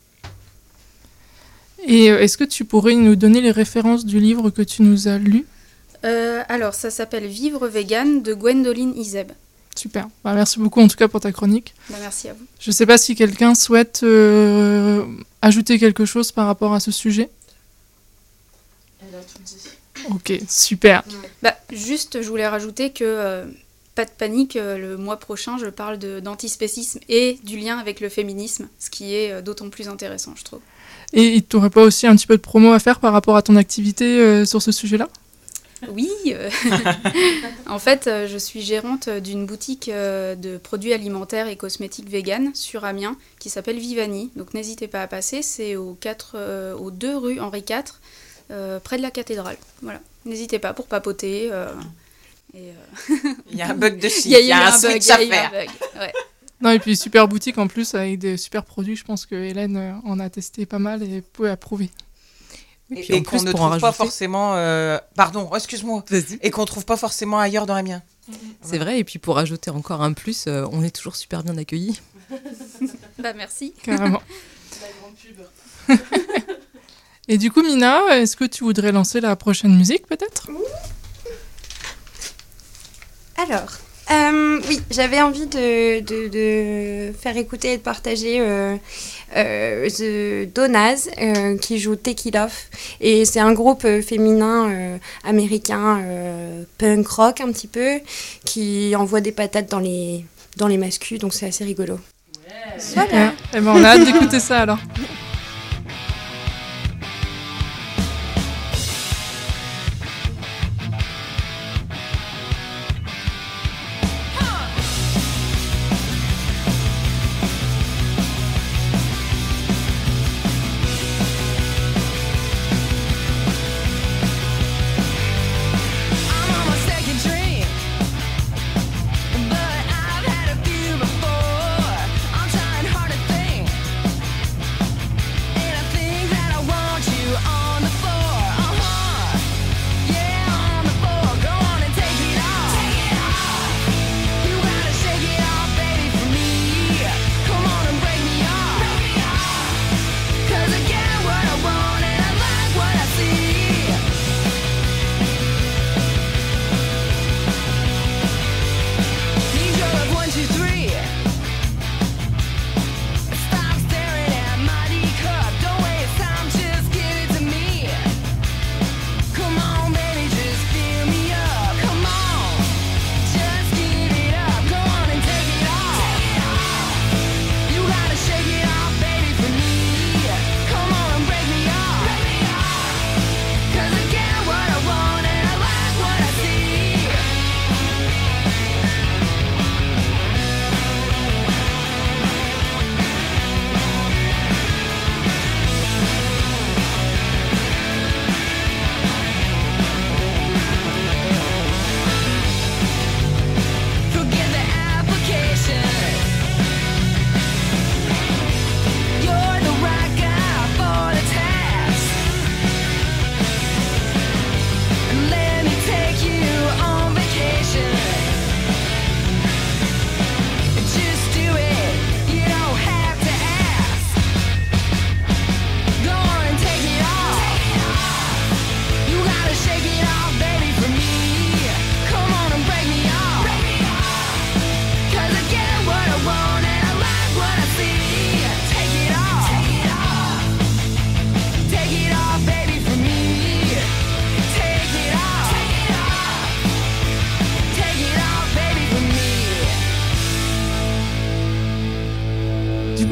Et est-ce que tu pourrais nous donner les références du livre que tu nous as lu? euh, Alors, ça s'appelle Vivre vegan de Gwendoline Izeb. Super. Bah, merci beaucoup en tout cas pour ta chronique. Bah, merci à vous. Je ne sais pas si quelqu'un souhaite euh, ajouter quelque chose par rapport à ce sujet. Elle a tout dit. Ok, super. Bah, juste, je voulais rajouter que, euh, pas de panique, euh, le mois prochain, je parle de, d'antispécisme et du lien avec le féminisme, ce qui est euh, d'autant plus intéressant, je trouve. Et tu n'aurais pas aussi un petit peu de promo à faire par rapport à ton activité euh, sur ce sujet-là? Oui, euh, en fait, euh, je suis gérante d'une boutique euh, de produits alimentaires et cosmétiques vegan sur Amiens qui s'appelle Vivani. Donc n'hésitez pas à passer, c'est aux, quatre, euh, aux deux rue Henri quatre, euh, près de la cathédrale. Voilà, n'hésitez pas pour papoter. Euh, et, euh... Il y a un bug de chiffre, il y a, il y a, eu un un bug, switch il y à a eu un faire. bug. Ouais. Non, et puis super boutique en plus avec des super produits. Je pense que Hélène euh, en a testé pas mal et peut approuver. Et, puis en et qu'on plus, ne pour en trouve pas rajouter- forcément... euh, Pardon, oh, excuse-moi. Vas-y. Et qu'on trouve pas forcément ailleurs dans Amiens. C'est vrai, et puis pour ajouter encore un plus, euh, on est toujours super bien accueillis. Bah merci. Carrément. La grande pub. Et du coup, Mina, est-ce que tu voudrais lancer la prochaine musique peut-être? Alors, euh, oui, j'avais envie de, de, de faire écouter et de partager euh, euh, The Donaz euh, qui joue Take It Off. Et c'est un groupe euh, féminin euh, américain, euh, punk rock un petit peu, qui envoie des patates dans les, dans les mascus, donc c'est assez rigolo. Super. Eh ben, on a hâte d'écouter ça alors. I'm on my second drink, but I've had a few before. I'm trying hard to think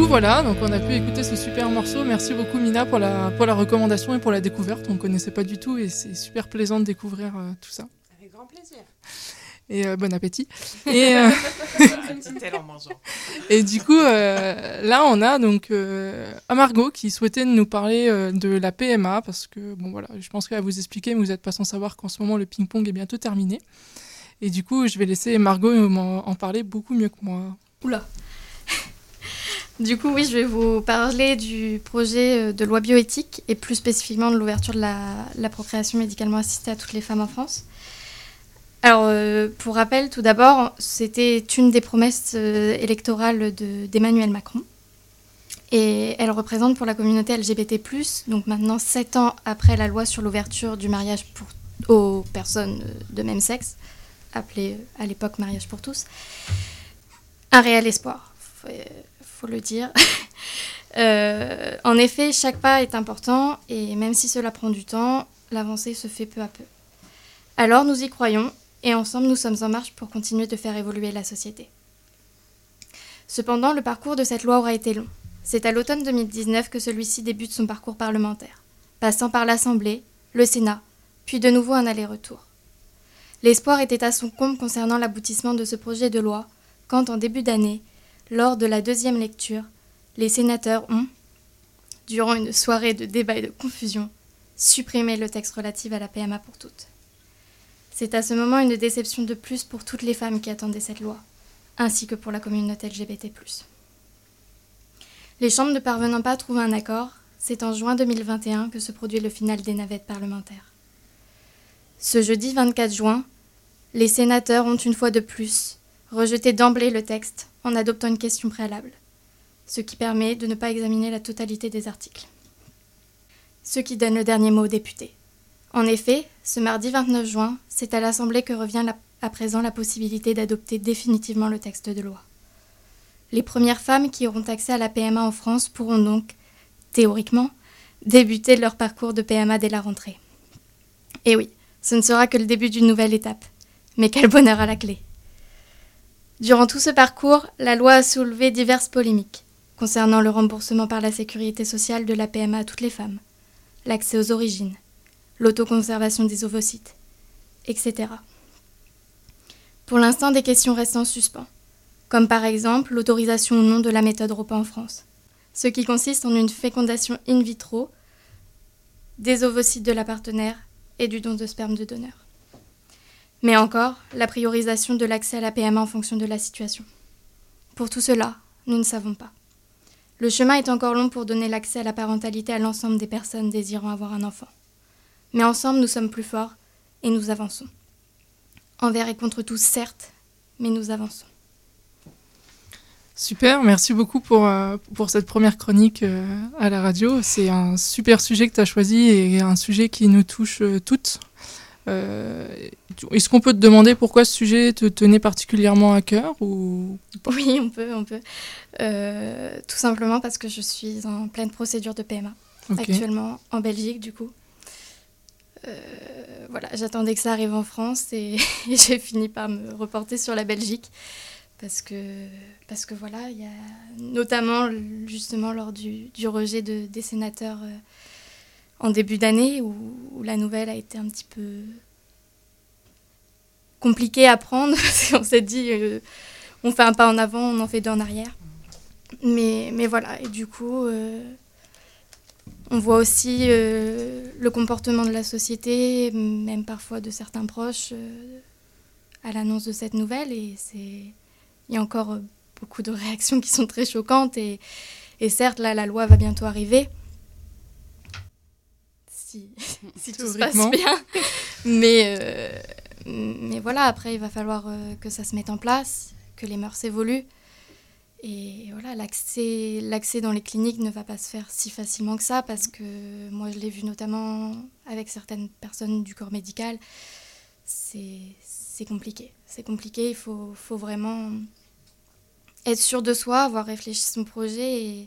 voilà, donc on a pu écouter ce super morceau. Merci beaucoup Mina pour la, pour la recommandation et pour la découverte. On ne connaissait pas du tout et c'est super plaisant de découvrir euh, tout ça. Avec grand plaisir. Et euh, bon appétit. Et, euh, Dit-elle en mangeant. et du coup, euh, là on a donc euh, Margot qui souhaitait nous parler euh, de la P M A parce que, bon voilà, je pense qu'elle va vous expliquer, mais vous n'êtes pas sans savoir qu'en ce moment le ping-pong est bientôt terminé. Et du coup, je vais laisser Margot m'en- en parler beaucoup mieux que moi. Oula. Du coup, oui, je vais vous parler du projet de loi bioéthique et plus spécifiquement de l'ouverture de la, la procréation médicalement assistée à toutes les femmes en France. Alors, euh, pour rappel, tout d'abord, c'était une des promesses euh, électorales de- d'Emmanuel Macron. Et elle représente pour la communauté L G B T plus, donc maintenant sept ans après la loi sur l'ouverture du mariage pour, aux personnes euh, de même sexe, appelé euh, à l'époque mariage pour tous, un réel espoir. Faut, euh, faut le dire. Euh, en effet, chaque pas est important et même si cela prend du temps, l'avancée se fait peu à peu. Alors nous y croyons et ensemble nous sommes en marche pour continuer de faire évoluer la société. Cependant, le parcours de cette loi aura été long. C'est à l'automne deux mille dix-neuf que celui-ci débute son parcours parlementaire, passant par l'Assemblée, le Sénat, puis de nouveau un aller-retour. L'espoir était à son comble concernant l'aboutissement de ce projet de loi quand, en début d'année, lors de la deuxième lecture, les sénateurs ont, durant une soirée de débat et de confusion, supprimé le texte relatif à la P M A pour toutes. C'est à ce moment une déception de plus pour toutes les femmes qui attendaient cette loi, ainsi que pour la communauté L G B T plus. Les chambres ne parvenant pas à trouver un accord, c'est en juin deux mille vingt et un que se produit le final des navettes parlementaires. Ce jeudi vingt-quatre juin, les sénateurs ont une fois de plus rejeté d'emblée le texte en adoptant une question préalable, ce qui permet de ne pas examiner la totalité des articles. Ce qui donne le dernier mot aux députés. En effet, ce mardi vingt-neuf juin, c'est à l'Assemblée que revient la- à présent la possibilité d'adopter définitivement le texte de loi. Les premières femmes qui auront accès à la P M A en France pourront donc, théoriquement, débuter leur parcours de P M A dès la rentrée. Et oui, ce ne sera que le début d'une nouvelle étape, mais quel bonheur à la clé. Durant tout ce parcours, la loi a soulevé diverses polémiques concernant le remboursement par la sécurité sociale de la P M A à toutes les femmes, l'accès aux origines, l'autoconservation des ovocytes, et cetera. Pour l'instant, des questions restent en suspens, comme par exemple l'autorisation ou non de la méthode repas en France, ce qui consiste en une fécondation in vitro des ovocytes de la partenaire et du don de sperme de donneur. Mais encore, la priorisation de l'accès à la P M A en fonction de la situation. Pour tout cela, nous ne savons pas. Le chemin est encore long pour donner l'accès à la parentalité à l'ensemble des personnes désirant avoir un enfant. Mais ensemble, nous sommes plus forts et nous avançons. Envers et contre tous, certes, mais nous avançons. Super, merci beaucoup pour, euh, pour cette première chronique euh, à la radio. C'est un super sujet que tu as choisi et un sujet qui nous touche euh, toutes. Euh, est-ce qu'on peut te demander pourquoi ce sujet te tenait particulièrement à cœur ou... Oui, on peut, on peut. Euh, tout simplement parce que je suis en pleine procédure de P M A, Ok. actuellement en Belgique du coup. Euh, voilà, j'attendais que ça arrive en France et, et j'ai fini par me reporter sur la Belgique parce que, parce que voilà, il y a notamment justement lors du, du rejet de, des sénateurs euh, en début d'année où, où la nouvelle a été un petit peu compliquée à prendre. On s'est dit, euh, on fait un pas en avant, on en fait deux en arrière. Mais, mais voilà, et du coup, euh, on voit aussi euh, le comportement de la société, même parfois de certains proches, euh, à l'annonce de cette nouvelle. Et c'est... il y a encore euh, beaucoup de réactions qui sont très choquantes. Et, et certes, là, la loi va bientôt arriver. Si, si tout se passe Théoriquement. bien. Mais, euh, mais voilà, après, il va falloir euh, que ça se mette en place, que les mœurs évoluent. Et voilà, l'accès, l'accès dans les cliniques ne va pas se faire si facilement que ça, parce que moi, je l'ai vu notamment avec certaines personnes du corps médical. C'est, c'est compliqué. C'est compliqué, il faut, faut vraiment être sûr de soi, avoir réfléchi son projet et,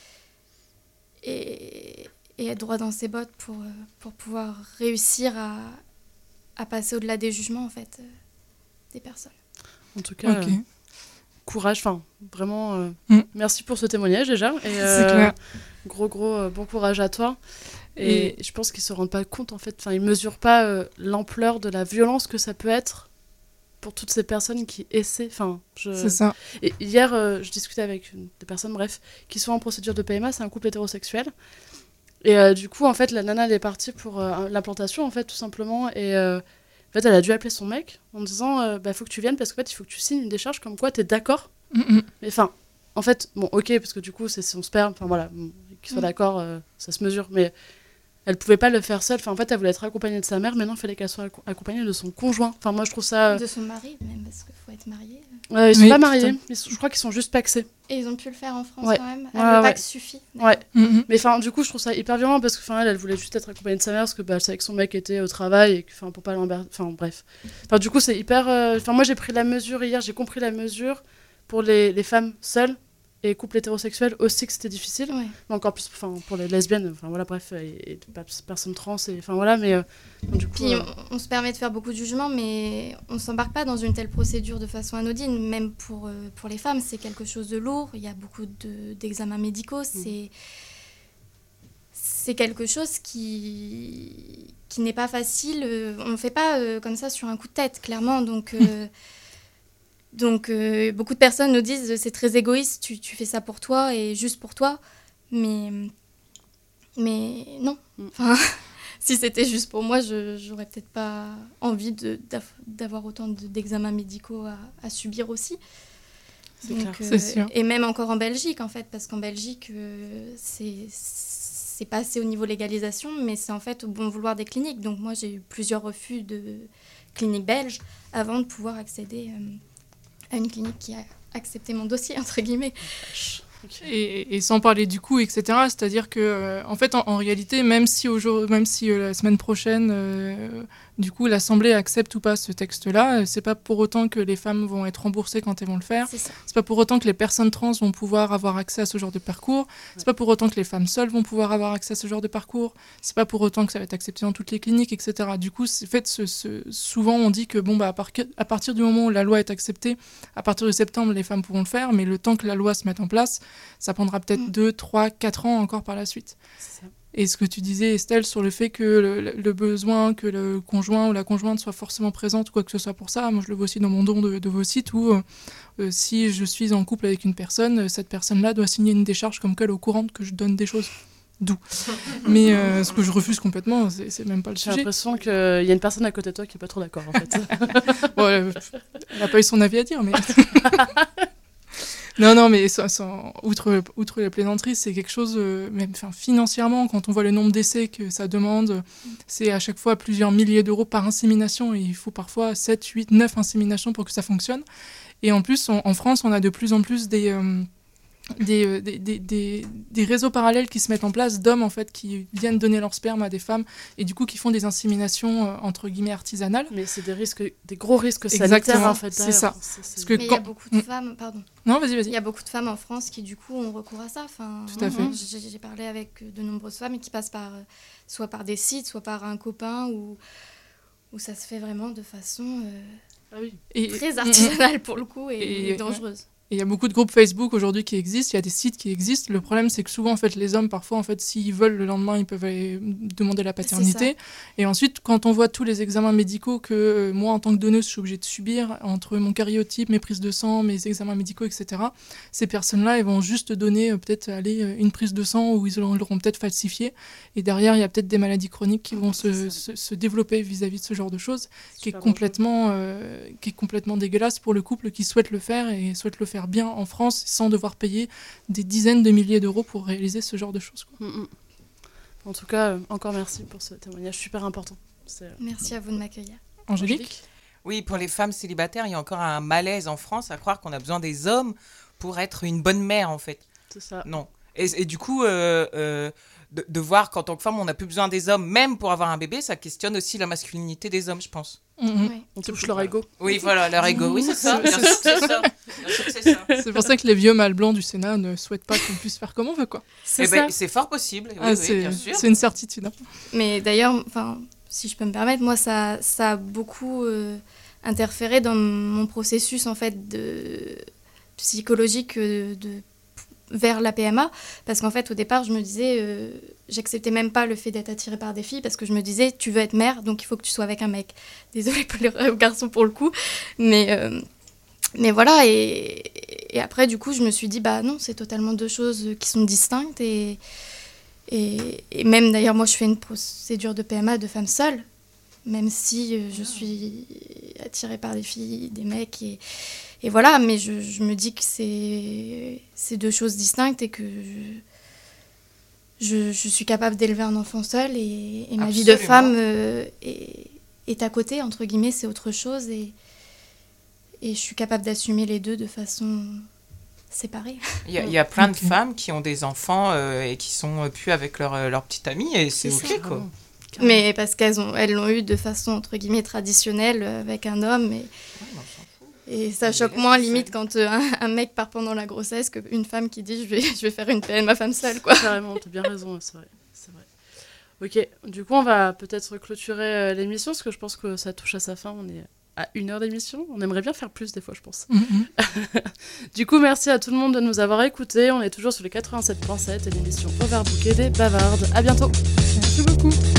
et, et être droit dans ses bottes pour, pour pouvoir réussir à, à passer au-delà des jugements, en fait, euh, des personnes. En tout cas, Ok. euh, courage. Enfin, vraiment, euh, Mm. merci pour ce témoignage déjà. Et, C'est euh, clair. Gros, gros, euh, bon courage à toi. Et, je pense qu'ils se rendent pas compte, en fait. Enfin, ils mesurent pas euh, l'ampleur de la violence que ça peut être pour toutes ces personnes qui essaient. Enfin, je... C'est ça. Et hier, euh, je discutais avec une, des personnes, bref, qui sont en procédure de P M A. C'est un couple hétérosexuel. Et euh, du coup, en fait, la nana, elle est partie pour euh, l'implantation, en fait, tout simplement. Et euh, en fait, elle a dû appeler son mec en disant euh, bah, faut que tu viennes parce qu'en fait, il faut que tu signes une décharge comme quoi t'es d'accord. Mm, mm. Mais enfin, en fait, bon, ok, parce que du coup, c'est son sperme. Enfin, voilà, bon, qu'ils soient Mm. d'accord, euh, ça se mesure. Mais elle pouvait pas le faire seule. Enfin, en fait, elle voulait être accompagnée de sa mère. Maintenant, il fallait qu'elle soit acco- accompagnée de son conjoint. Enfin, moi, je trouve ça. euh, De son mari, même, parce qu'il faut être marié. ouais, ils sont Oui, pas mariés. putain. Ils sont- je crois qu'ils sont juste paxés. Et ils ont pu le faire en France Ouais. quand même. Ouais, Ah, le ouais. pack suffit. Ouais. Mm, mm. Mais enfin, du coup, je trouve ça hyper violent parce que, enfin, elle, elle voulait juste être accompagnée de sa mère parce que, bah, elle savait que son mec était au travail et que, enfin, pour pas l'emmerder. Enfin, bref. Enfin, du coup, c'est hyper. euh, Enfin, moi, j'ai pris la mesure hier. J'ai compris la mesure pour les, les femmes seules et couples hétérosexuels aussi que c'était difficile. Ouais. Mais encore plus, enfin, pour les lesbiennes. Enfin, voilà, bref, et, et pas- personnes trans et, enfin, voilà. Mais euh, donc, du coup. Puis euh, on, on se permet de faire beaucoup de jugements, mais on s'embarque pas dans une telle procédure de façon anodine. Même pour, euh, pour les femmes, c'est quelque chose de lourd. Il y a beaucoup de- d'examens médicaux. C'est c'est quelque chose qui, qui n'est pas facile. Euh, On ne fait pas euh, comme ça sur un coup de tête, clairement. Donc, euh, donc euh, beaucoup de personnes nous disent c'est très égoïste, tu, tu fais ça pour toi et juste pour toi. Mais, mais non. Mm. Enfin, si c'était juste pour moi, je j'aurais peut-être pas envie de- d'av- d'avoir autant de- d'examens médicaux à, à subir aussi. C'est Donc, clair. C'est sûr. Et même encore en Belgique, en fait, parce qu'en Belgique, euh, c'est c'est passé au niveau légalisation, mais c'est en fait au bon vouloir des cliniques. Donc moi, j'ai eu plusieurs refus de cliniques belges avant de pouvoir accéder euh, à une clinique qui a accepté mon dossier, entre guillemets. Et, et sans parler du coût, et cetera. C'est-à-dire que, euh, en fait, en, en réalité, même si, au jour, même si euh, la semaine prochaine, euh, du coup, l'Assemblée accepte ou pas ce texte-là, euh, c'est pas pour autant que les femmes vont être remboursées quand elles vont le faire. C'est ça. C'est pas pour autant que les personnes trans vont pouvoir avoir accès à ce genre de parcours. C'est pas pour autant que les femmes seules vont pouvoir avoir accès à ce genre de parcours. C'est pas pour autant que ça va être accepté dans toutes les cliniques, et cetera. Du coup, c'est fait, ce, ce- souvent on dit que bon bah à, par- à partir du moment où la loi est acceptée, à partir de septembre, les femmes pourront le faire, mais le temps que la loi se mette en place, ça prendra peut-être Mm. deux, trois, quatre ans encore par la suite. C'est ça. Et ce que tu disais, Estelle, sur le fait que le, le besoin que le conjoint ou la conjointe soit forcément présente ou quoi que ce soit pour ça, moi je le vois aussi dans mon don de, de vos sites où euh, euh, si je suis en couple avec une personne, euh, cette personne-là doit signer une décharge comme qu'elle est au courant que je donne des choses. D'où. Mais euh, ce que je refuse complètement, c'est c'est même pas le J'ai sujet. l'impression qu'il y a une personne à côté de toi qui est pas trop d'accord, en fait. Bon, euh, elle n'a pas eu son avis à dire, mais. Non, non, mais sans- sans- outre, outre la plaisanterie, c'est quelque chose, euh, même enfin, financièrement, quand on voit le nombre d'essais que ça demande, c'est à chaque fois plusieurs milliers d'euros par insémination, et il faut parfois sept, huit, neuf inséminations pour que ça fonctionne. Et en plus, on- en France, on a de plus en plus des, euh, des, euh, des, des, des- des réseaux parallèles qui se mettent en place d'hommes, en fait, qui viennent donner leur sperme à des femmes, et du coup, qui font des inséminations, euh, entre guillemets, artisanales. Mais c'est des risques, des gros risques Exactement, sanitaires, en fait. c'est derrière. ça. C'est- c'est- Parce que Mais il y quand... a beaucoup de Mm. femmes, pardon. Non, vas-y, vas-y. Il y a beaucoup de femmes en France qui, du coup, ont recours à ça. Enfin, Tout à fait. J'ai j'ai parlé avec de nombreuses femmes qui passent par, euh, soit par des sites, soit par un copain, où, où ça se fait vraiment de façon euh, Ah oui. Et- très artisanale pour le coup et, Et- et dangereuse. Et il y a beaucoup de groupes Facebook aujourd'hui qui existent, il y a des sites qui existent. Le problème, c'est que souvent, en fait, les hommes, parfois, en fait, s'ils veulent le lendemain, ils peuvent aller demander la paternité. Et ensuite, quand on voit tous les examens médicaux que euh, moi, en tant que donneuse, je suis obligée de subir, entre mon karyotype, mes prises de sang, mes examens médicaux, et cetera, ces personnes-là, elles vont juste donner euh, peut-être aller euh, une prise de sang où ils l'auront l'auront peut-être falsifié. Et derrière, il y a peut-être des maladies chroniques qui vont se, se, se développer vis-à-vis de ce genre de choses, qui est, Super complètement, euh, qui est complètement dégueulasse pour le couple qui souhaite le faire et souhaite le faire bien en France sans devoir payer des dizaines de milliers d'euros pour réaliser ce genre de choses, quoi. Mm, mm. En tout cas, euh, encore merci pour ce témoignage super important. C'est, euh, Merci à vous de m'accueillir. Angélique? Oui, pour les femmes célibataires, il y a encore un malaise en France à croire qu'on a besoin des hommes pour être une bonne mère, en fait. C'est ça. Non. Et, et du coup, euh, euh, de, de voir qu'en tant que femme, on n'a plus besoin des hommes, même pour avoir un bébé, ça questionne aussi la masculinité des hommes, je pense. Mhm. Ouais. On touche leur ego. Oui, voilà, leur ego. Oui, c'est ça. Bien sûr que c'est ça. Bien sûr que c'est ça. C'est pour ça que les vieux mâles blancs du Sénat ne souhaitent pas qu'on puisse faire comme on veut, quoi. C'est Eh ça. ben, c'est fort possible. Oui, Ah, oui, c'est bien sûr. c'est une certitude, hein. Mais d'ailleurs, enfin, si je peux me permettre, moi, ça, ça a beaucoup euh, interféré dans mon processus en fait de psychologique euh, de, vers la P M A. Parce qu'en fait, au départ, je me disais, euh, j'acceptais même pas le fait d'être attirée par des filles parce que je me disais, tu veux être mère, donc il faut que tu sois avec un mec. Désolée pour les garçons pour le coup, mais, euh, mais voilà. Et, et après, du coup, je me suis dit, bah non, c'est totalement deux choses qui sont distinctes. Et, et, et même d'ailleurs, moi, je fais une procédure de P M A de femme seule, même si euh, je suis attirée par des filles, des mecs. Et, et voilà, mais je, je me dis que c'est, c'est deux choses distinctes et que je, je, je suis capable d'élever un enfant seul et, et ma vie de femme euh, est, est à côté, entre guillemets, c'est autre chose. Et, et je suis capable d'assumer les deux de façon séparée. Il y a, il y a plein Ok. de femmes qui ont des enfants euh, et qui sont euh, plus avec leur, euh, leur petite amie et c'est, C'est ok ça. quoi. Mais parce qu'elles ont, elles l'ont eu de façon, entre guillemets, traditionnelle euh, avec un homme. Et, et ça choque Mais moins, c'est limite, ça. quand euh, un, un mec part pendant la grossesse qu'une femme qui dit je vais, je vais faire une P M A femme seule, quoi. Carrément, t'as bien raison, c'est vrai. C'est vrai. Ok, du coup, on va peut-être clôturer euh, l'émission parce que je pense que ça touche à sa fin. On est à une heure d'émission. On aimerait bien faire plus des fois, je pense. Mhm. Du coup, merci à tout le monde de nous avoir écoutés. On est toujours sur les quatre-vingt-sept point sept et l'émission Overbookée des Bavardes. À bientôt. Merci beaucoup.